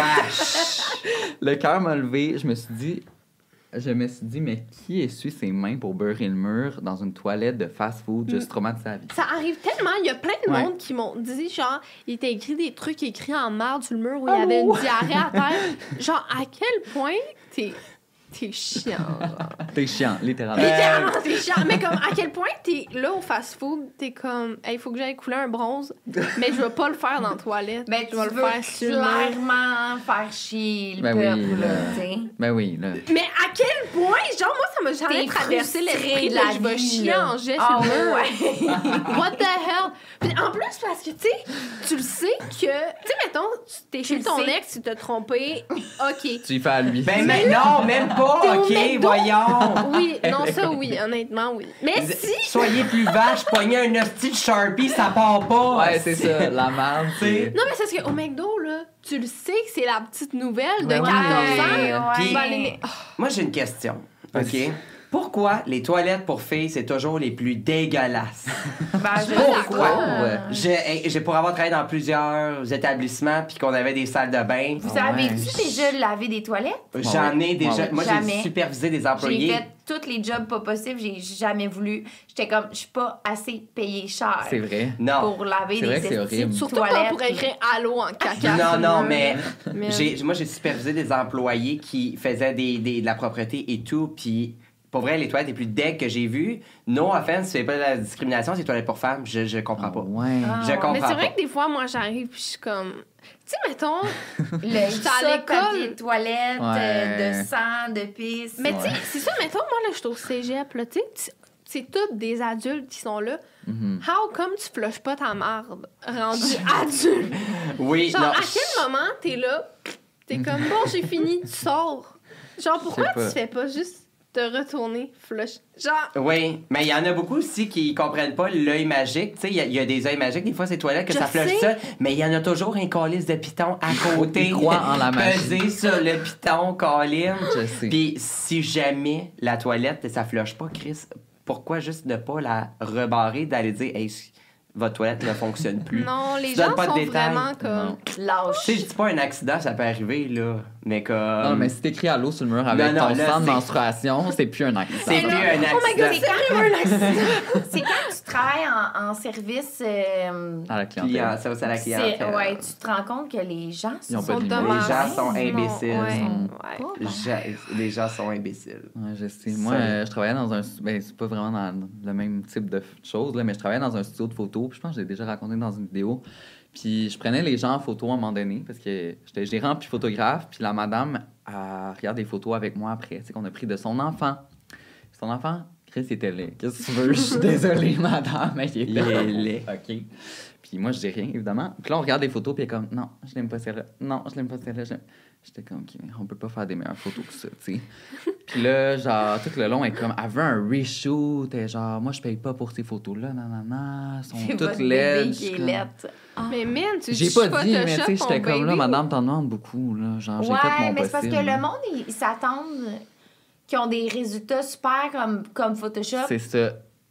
Wesh! Le cœur m'a levé. Je me suis dit... Je me suis dit, mais qui essuie ses mains pour beurrer le mur dans une toilette de fast-food juste traumatisé à vie? Ça arrive tellement. Il y a plein de Ouais. monde qui m'ont dit, genre, il était écrit des trucs écrits en marde sur le mur où il y avait une diarrhée à terre. Genre, à quel point t'es... T'es chiant, genre. T'es chiant, littéralement. Littéralement, t'es chiant. Mais comme, à quel point t'es là au fast-food, t'es comme, il hey, faut que j'aille couler un bronze, mais je vais pas le faire dans la toilette. Ben, je tu vais le veux faire sur le mur. clairement faire chier le Ben oui, peuple, là. là, tu sais. Ben oui, là. Mais à quel point, genre, moi, ça m'a jamais T'es traversé frustré l'esprit de de la la je vais vie, chier là. en jet Ah sur le mur. ouais. What the hell? Puis en plus, parce que, tu sais, tu le sais que, tu sais, mettons, t'es Tu chez le ton sais. ex, tu t'es trompé, OK. Tu y fais à lui. Ben, mais non, même pas, T'es au OK, McDo? voyons. Oui, non, ça, oui, honnêtement, oui. Mais si... Soyez plus vache, pognez un hostie de Sharpie, ça part pas. Ouais, c'est ça, la merde, c'est... Non, mais c'est parce qu'au McDo, là, tu le sais que c'est la petite nouvelle de Ouais, quatorze ans. ouais. Tu vas aller... Oh, Moi, j'ai une question, OK? Vas-y. Pourquoi les toilettes pour filles, c'est toujours les plus dégueulasses? Ben, je Pourquoi? sais pas. J'ai, j'ai pour avoir travaillé dans plusieurs établissements puis qu'on avait des salles de bain. Vous Ah ouais. avez-tu déjà lavé des toilettes? J'en ai déjà. Ouais. Moi, j'ai Jamais. supervisé des J'ai employés. fait tous les jobs pas possibles, j'ai jamais voulu. J'étais comme, je suis pas assez payée cher C'est vrai. Non. pour laver C'est vrai que des c'est estis horrible. de surtout toilettes. quand on pourrait écrire « Allô » en caca. Non, sur non, le mais, mur. Mais- j'ai, moi, j'ai supervisé des employés qui faisaient des, des, de la propreté et tout, puis pour vrai, les toilettes les plus deg que j'ai vues, no offense, c'est pas de la discrimination, c'est toilettes pour femmes, je, je comprends pas. Ouais. Ah, Je ouais. comprends Mais c'est vrai pas. que des fois, moi, j'arrive puis je suis comme... Tu sais, mettons... Le J'étais à ça, papier l'école. de toilette, Ouais. euh, de sang, de pisse. Mais tu sais, Ouais. c'est ça, mettons, moi, là, je suis au cégep, là, tu sais, tu- c'est tous des adultes qui sont là. Mhm. How come tu flushes pas ta marde rendu adulte? Oui, Genre, non. à quel moment t'es là, t'es comme, bon, j'ai fini, tu sors. Genre, pourquoi Je sais tu pas. fais pas juste te retourner, flush? Genre, Oui, mais il y en a beaucoup aussi qui comprennent pas l'œil magique. Tu sais, il y a- il y, a des œils magiques, des fois, c'est toilettes que Je ça flush sais. ça, mais il y en a toujours un calice de piton à côté. Ils croient en la magie. Peser sur le piton, Colin. Je sais. Puis si jamais la toilette, ça flush pas, Chris, pourquoi juste ne pas la rebarrer, d'aller dire, hey, votre toilette ne fonctionne plus? non, les Tu donnes gens pas de sont détails. vraiment comme... Non. Lâche. Tu sais, je dis pas un accident, ça peut arriver, là, mais comme... Non, mais si t'écris allô sur le mur avec Non, non, ton là, sang de c'est- menstruation, c'est plus un accident. C'est là, plus un Oh my God, accident. c'est arrivé un accident! C'est quand tu travailles en, en service. euh, À la Client, clientèle. ça, c'est à la c'est- clientèle. ouais, tu te rends compte que les gens Ils ont sont pas sont d'humour. dommages. Les gens sont imbéciles. Non, ouais, Mm. ouais. pas bons. Ja- Les gens sont imbéciles. Ouais, je sais. Moi, Ça- euh, je travaillais dans un... Ben, c'est pas vraiment dans le même type de choses, là, mais je travaillais dans un studio de photo. Puis je pense que j'ai déjà raconté dans une vidéo. Puis je prenais les gens en photo à un moment donné, parce que j'étais gérant puis photographe. Puis la madame, elle regarde des photos avec moi après, tu sais, qu'on a pris de son enfant. Son enfant, Chris, il était laid. Qu'est-ce que tu veux? Je suis désolée, madame, mais il était Il est laid. OK. Puis moi, je dis rien, évidemment. Puis là, on regarde des photos, puis elle est comme, non, je l'aime pas celle-là. Non, je l'aime pas celle-là. je- J'étais comme, OK, on peut pas faire des meilleures photos que ça, tu sais. Puis là, genre, tout le long, elle est comme, elle veut un reshoot. Et genre, moi, je paye pas pour ces photos-là, non, non, non. Elles sont C'est toutes votre laides. bébé Je suis qui est comme- laide. Mais man, tu J'ai tu pas dit, mais tu Photoshop sais, ton j'étais comme là, baby. madame, t'en demandes beaucoup, là. Genre, j'ai Ouais, fait mon mais c'est parce possible. que le monde, ils ils s'attendent qu'ils ont des résultats super comme, comme Photoshop, C'est ça.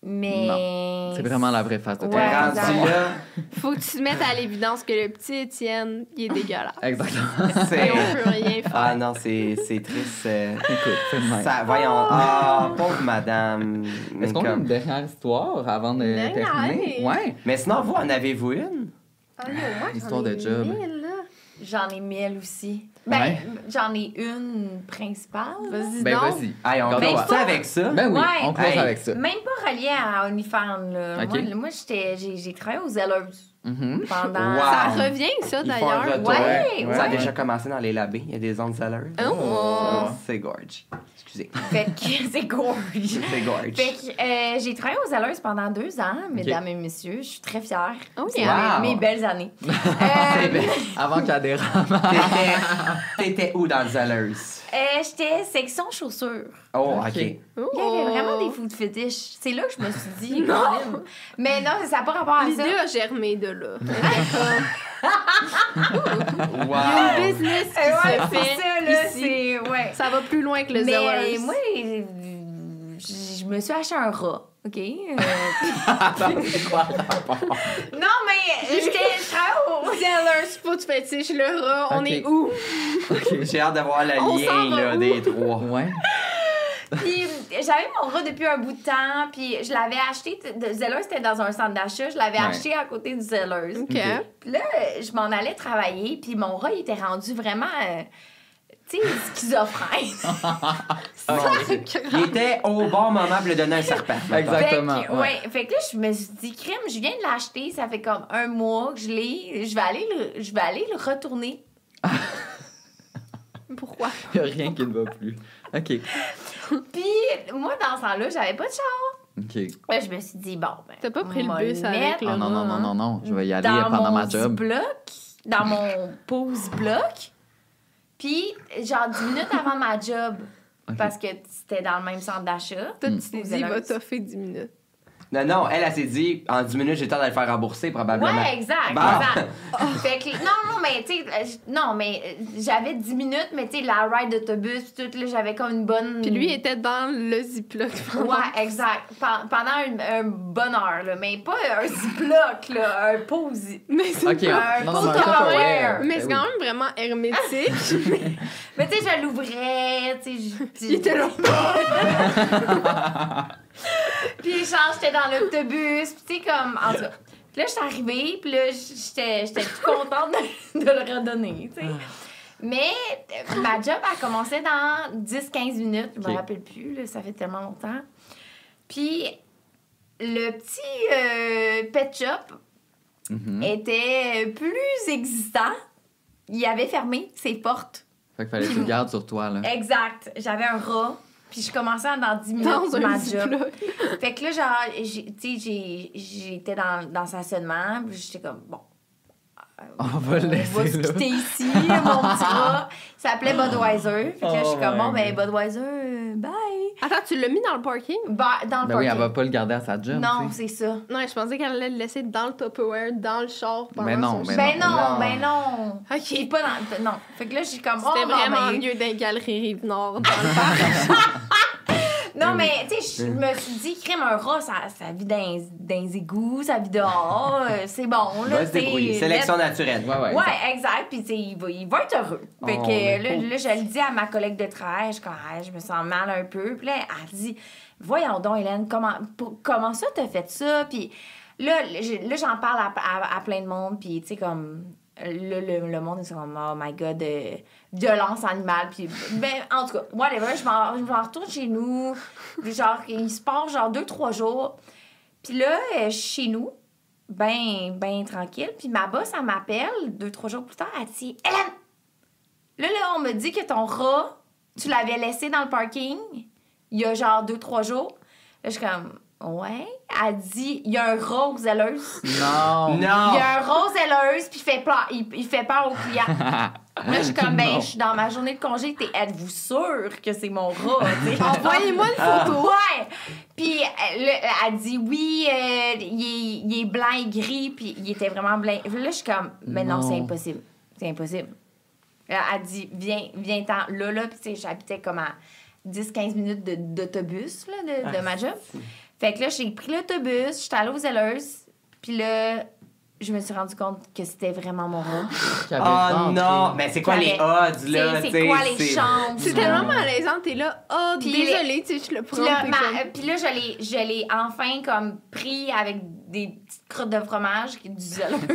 mais... C'est vraiment la vraie face de Ouais, terre. Rendu exact. là, Faut que tu te mettes à l'évidence que le petit Étienne, il est dégueulasse. Exactement. Et c'est... on peut rien faire. Ah non, c'est, c'est triste. euh, Écoute, c'est le même. Ça, voyons. Ah, pauvre madame. Mais, Est-ce qu'on a comme- une dernière histoire avant de Dernière. terminer? Ouais. mais sinon, vous, en avez-vous une? Ah, yo, moi, j'en Histoire ai de job. mille, là. J'en ai mille aussi. Ben, Ouais. j'en ai une principale. Vas-y Ben, donc. vas-y. Hey, on Garde-toi. close ça avec ça? Ben oui, Ouais. on close Hey. avec ça. Même pas relié à OnlyFans, là. Ok. Moi, moi j'étais, j'ai, j'ai travaillé aux Zellers Mhm. pendant... Wow. Ça revient, ça, Ils font un d'ailleurs. retour. Ouais, Ça a ouais. déjà commencé dans les labés. Il y a des ondes sellers. Oh. C'est gorge. Excusez. Fait que c'est gorge. C'est gorge. Fait que euh, j'ai travaillé aux Zellers pendant deux ans, mesdames et messieurs. Je suis très fière. Oh, C'est yeah. mes, Wow. mes belles années. C'est Euh, bien. Avant qu'elle dérape. T'étais, t'étais où dans le Zellers? Euh, J'étais section chaussures. Oh, OK. OK. Il y Oh. avait vraiment des food fetish. C'est là que je me suis dit, non. Mais non, ça n'a pas rapport à ça. L'idée a germé de là. Wow. Il y a une business qui Euh, ouais, se c'est fait ça, là. ici. C'est. Ouais. Ça va plus loin que le Mais Zellers. moi, je je me suis acheté un rat. OK? Euh, Attends, c'est quoi le rapport? non, mais j'étais. Je travaille au. Zellers, foot fétiche, le rat, on Ok. est où? J'ai hâte de voir le On s'en lien va là, où? des trois. Ouais. Puis j'avais mon rat depuis un bout de temps, puis je l'avais acheté. de- Zellers, c'était dans un centre d'achat. Je l'avais Ouais. acheté à côté du Zellers. OK. Puis là, je m'en allais travailler, puis mon rat, il était rendu vraiment. euh, tu sais, schizophrène. Il était au bon moment pour lui donner un serpent. Exactement. Fait que, ouais. ouais. Fait que là, je me suis dit, crème, je viens de l'acheter, ça fait comme un mois que je l'ai. Je vais aller le, je vais aller le retourner. Pourquoi? Il n'y a rien qui ne va plus. OK. Puis, moi, dans ce temps-là, j'avais pas de char. OK. Là, je me suis dit, bon, ben. T'as pas pris on le va bus avec mettre le Oh non, non, non, non, non. Je vais y aller dans pendant mon ma job. bloc, dans mon pause bloc. Puis, genre dix minutes avant ma job. Ok. Parce que c'était dans le même centre d'achat. Toi, Mm. tu t'es Aux dit, il va Zellers. toffer dix minutes. Non, non, elle, elle s'est dit, en dix minutes, j'ai le temps de le faire rembourser, probablement. Ouais, exact, Bon. exact. Fait que, non, non, mais tu sais, euh, j- non, mais euh, j'avais dix minutes, mais tu sais, la ride d'autobus, pis tout, là, j'avais comme une bonne. Puis lui était dans le Ziploc. Ouais, exact. Pen- pendant une, une bonne heure, là. Mais pas un ziploc, là. Un pause. Mais c'est OK. Un Non, non, mais un Tupperware. Tupperware. Mais Ben c'est oui. quand même vraiment hermétique. Mais tu sais, je l'ouvrais, tu sais. je- Il était là. Puis genre, j'étais dans l'autobus, puis tu sais, comme, en tout cas. Puis là, j'étais arrivée, puis là, j'étais j'étais toute contente de, de le redonner, tu sais. Mais euh, ma job, elle commençait dans dix quinze minutes, je Ok. me rappelle plus, là, ça fait tellement longtemps. Puis le petit euh, pet shop Mhm. était plus existant. Il avait fermé ses portes. Fait qu'il fallait que tu le gardes sur toi, là. Exact. J'avais un rat. Puis je commençais dans dix minutes Dans un ma job. Ziploc. Fait que là, genre, j'ai- tu sais, j'ai- j'étais dans, dans le stationnement. Puis j'étais comme, bon. euh, On va le On va laisser se là. quitter ici, mon petit rat. Il s'appelait Budweiser. Fait que là, je suis Oh comme, my bon, ben, God. Budweiser, euh, bye. Attends, tu l'as mis dans le parking? Bah, dans le Ben oui, elle parking. va pas le garder à sa job. Non, tu sais. c'est ça. Non, je pensais qu'elle allait le laisser dans le Tupperware, dans le char pendant Mais non, son mais char. Ben non, non. ben non. OK. Puis pas dans. Non. Fait que là, j'ai comme. C'était oh, bon, vraiment ben, mieux d'un galerie Rive-Nord dans le parc. Non, mais, tu sais, je me suis dit, crème, un rat, ça, ça vit dans, dans les égouts, ça vit dehors, euh, c'est bon, On là, va se débrouiller. c'est- Sélection naturelle. Ouais, ouais. Ouais, exact. Puis, tu sais, il va, il va être heureux. Fait Oh, que mais là, pauvre. là, je le dis à ma collègue de travail, je suis comme, ah, je me sens mal un peu. Puis là, elle dit, voyons donc, Hélène, comment, pour- comment ça t'as fait ça? Puis là, je- là j'en parle à, à- à plein de monde, puis, tu sais, comme, le, le, le monde est comme, oh my god, euh, violence animale. Puis, ben, en tout cas, whatever, je m'en, je m'en retourne chez nous. Puis genre, il se passe genre deux, trois jours. Puis là, euh, chez nous, ben, ben tranquille. Puis ma boss, elle m'appelle deux, trois jours plus tard, elle dit, Hélène, là, là, on me dit que ton rat, tu l'avais laissé dans le parking il y a genre deux, trois jours. Là, je suis comme, ouais. Elle dit, il y a un rat aux Zellers. Non. Non! Il y a un rat aux Zellers, puis il fait peur, il, il fait peur aux clients. Là, je suis comme, ben, Non. je suis dans ma journée de congé, t'es, êtes-vous sûr que c'est mon rat, tu sais? Envoyez-moi une Ah. photo. Ouais! Puis elle, là, elle dit oui, euh, il, est, il est blanc et gris, puis il était vraiment blanc. Là, je suis comme, mais non, Non. c'est impossible. C'est impossible. Là, elle dit, viens, viens-t'en là, là. Puis, tu sais, j'habitais comme à dix quinze minutes de- d'autobus, là, de, de ma job. Fait que là, j'ai pris l'autobus, j'étais allée aux Zellers, puis là, je me suis rendu compte que c'était vraiment mon rat. Qui avait Oh rentré. non! Mais c'est quoi les odds, C'est là? c'est tu sais, quoi les c'est- chances? C'est tellement malaisant, t'es là, oh, Puis désolée, tu sais, je le prends. Puis là, puis ma- comme- euh, puis là, je l'ai, je l'ai enfin comme pris avec des petites crottes de fromage qui du Zellers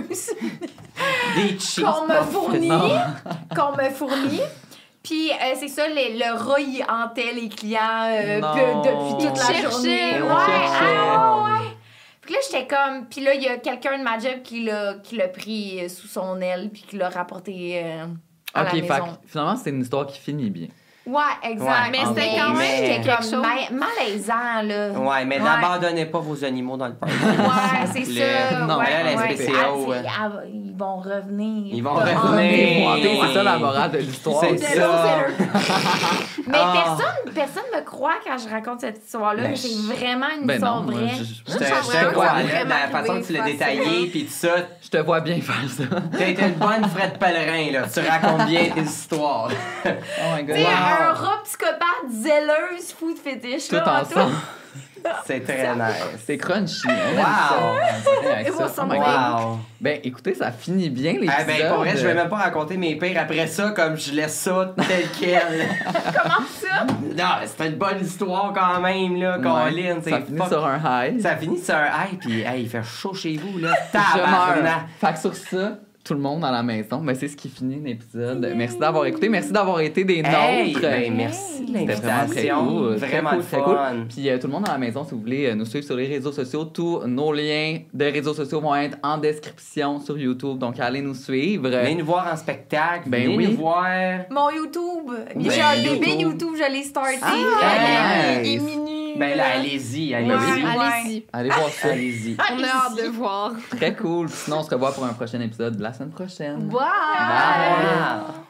Des cheese qu'on me puffs. fournit, Non. qu'on me fournit. Puis euh, c'est ça, les- le rat, il hantait les clients euh, Non. pe- depuis toute Il la cherchait, journée. il Ouais, cherchait. ah, ouais. Puis là, j'étais comme... Puis là, il y a quelqu'un de ma job qui l'a, qui l'a pris euh, sous son aile puis qui l'a rapporté euh, à Ok, la fait maison. que finalement, c'est une histoire qui finit bien. Ouais, exact. Ouais, mais c'était quand même j'étais quelque comme chose. ma- malaisant, là. Ouais, mais Ouais. n'abandonnez pas vos animaux dans le parc. Ouais, c'est Le- ça. non, ouais, elle a la ouais. S P C A, Ah, ouais. c'est- ah, il vont revenir. Ils vont Comme, revenir. hanter. C'est ça la morale de l'histoire. C'est aussi. ça. Mais Ah. personne, personne me croit quand je raconte cette histoire-là, Ben, mais c'est vraiment une Ben histoire non, moi, vraie. je, Je te, Ça, je te vraiment, crois, ça là, vraiment la façon que tu l'as arrivé détaillé, puis tout ça. je te vois bien faire ça. T'as été une bonne Fred Pellerin, là. Tu racontes bien tes histoires. Oh my god. Tu sais, Wow. un rat psychopathe, zèleuse, fou de fétiche. Tout là, ensemble. C'est très nice. C'est crunchy. Hein, Wow. avec It ça. was Oh my something. God. Wow. Ben, écoutez, ça finit bien l'épisode. Eh ben, pour vrai, je vais même pas raconter mes pires après ça, comme je laisse ça tel quel. Comment ça? Non, c'était une bonne histoire quand même, là, Ouais. Colin. Ça finit sur un high. Ça finit sur un high, puis hey, il fait chaud chez vous, là. Je meurs. Tabarnak. Fait que sur ça, tout le monde à la maison, ben c'est ce qui finit l'épisode. Merci d'avoir écouté, merci d'avoir été des Hey, nôtres. ben, merci de C'était vraiment très l'invitation. cool. Très Vraiment cool, le très cool. fun. Puis euh, tout le monde à la maison, si vous voulez euh, nous suivre sur les réseaux sociaux, tous nos liens de réseaux sociaux vont être en description sur YouTube. Donc allez nous suivre. Venez nous voir en spectacle, Ben venez oui. nous voir. Mon YouTube. Ben, J'ai un bébé YouTube. YouTube, je l'ai starté. Ah, là, nice. il est minu. Ben là, allez-y, allez-y. Ouais. Allez-y. Allez voir ça. Allez-y. On a hâte de voir. Très cool. Puis sinon, on se revoit pour un prochain épisode la semaine prochaine. Wow. Bye. Wow.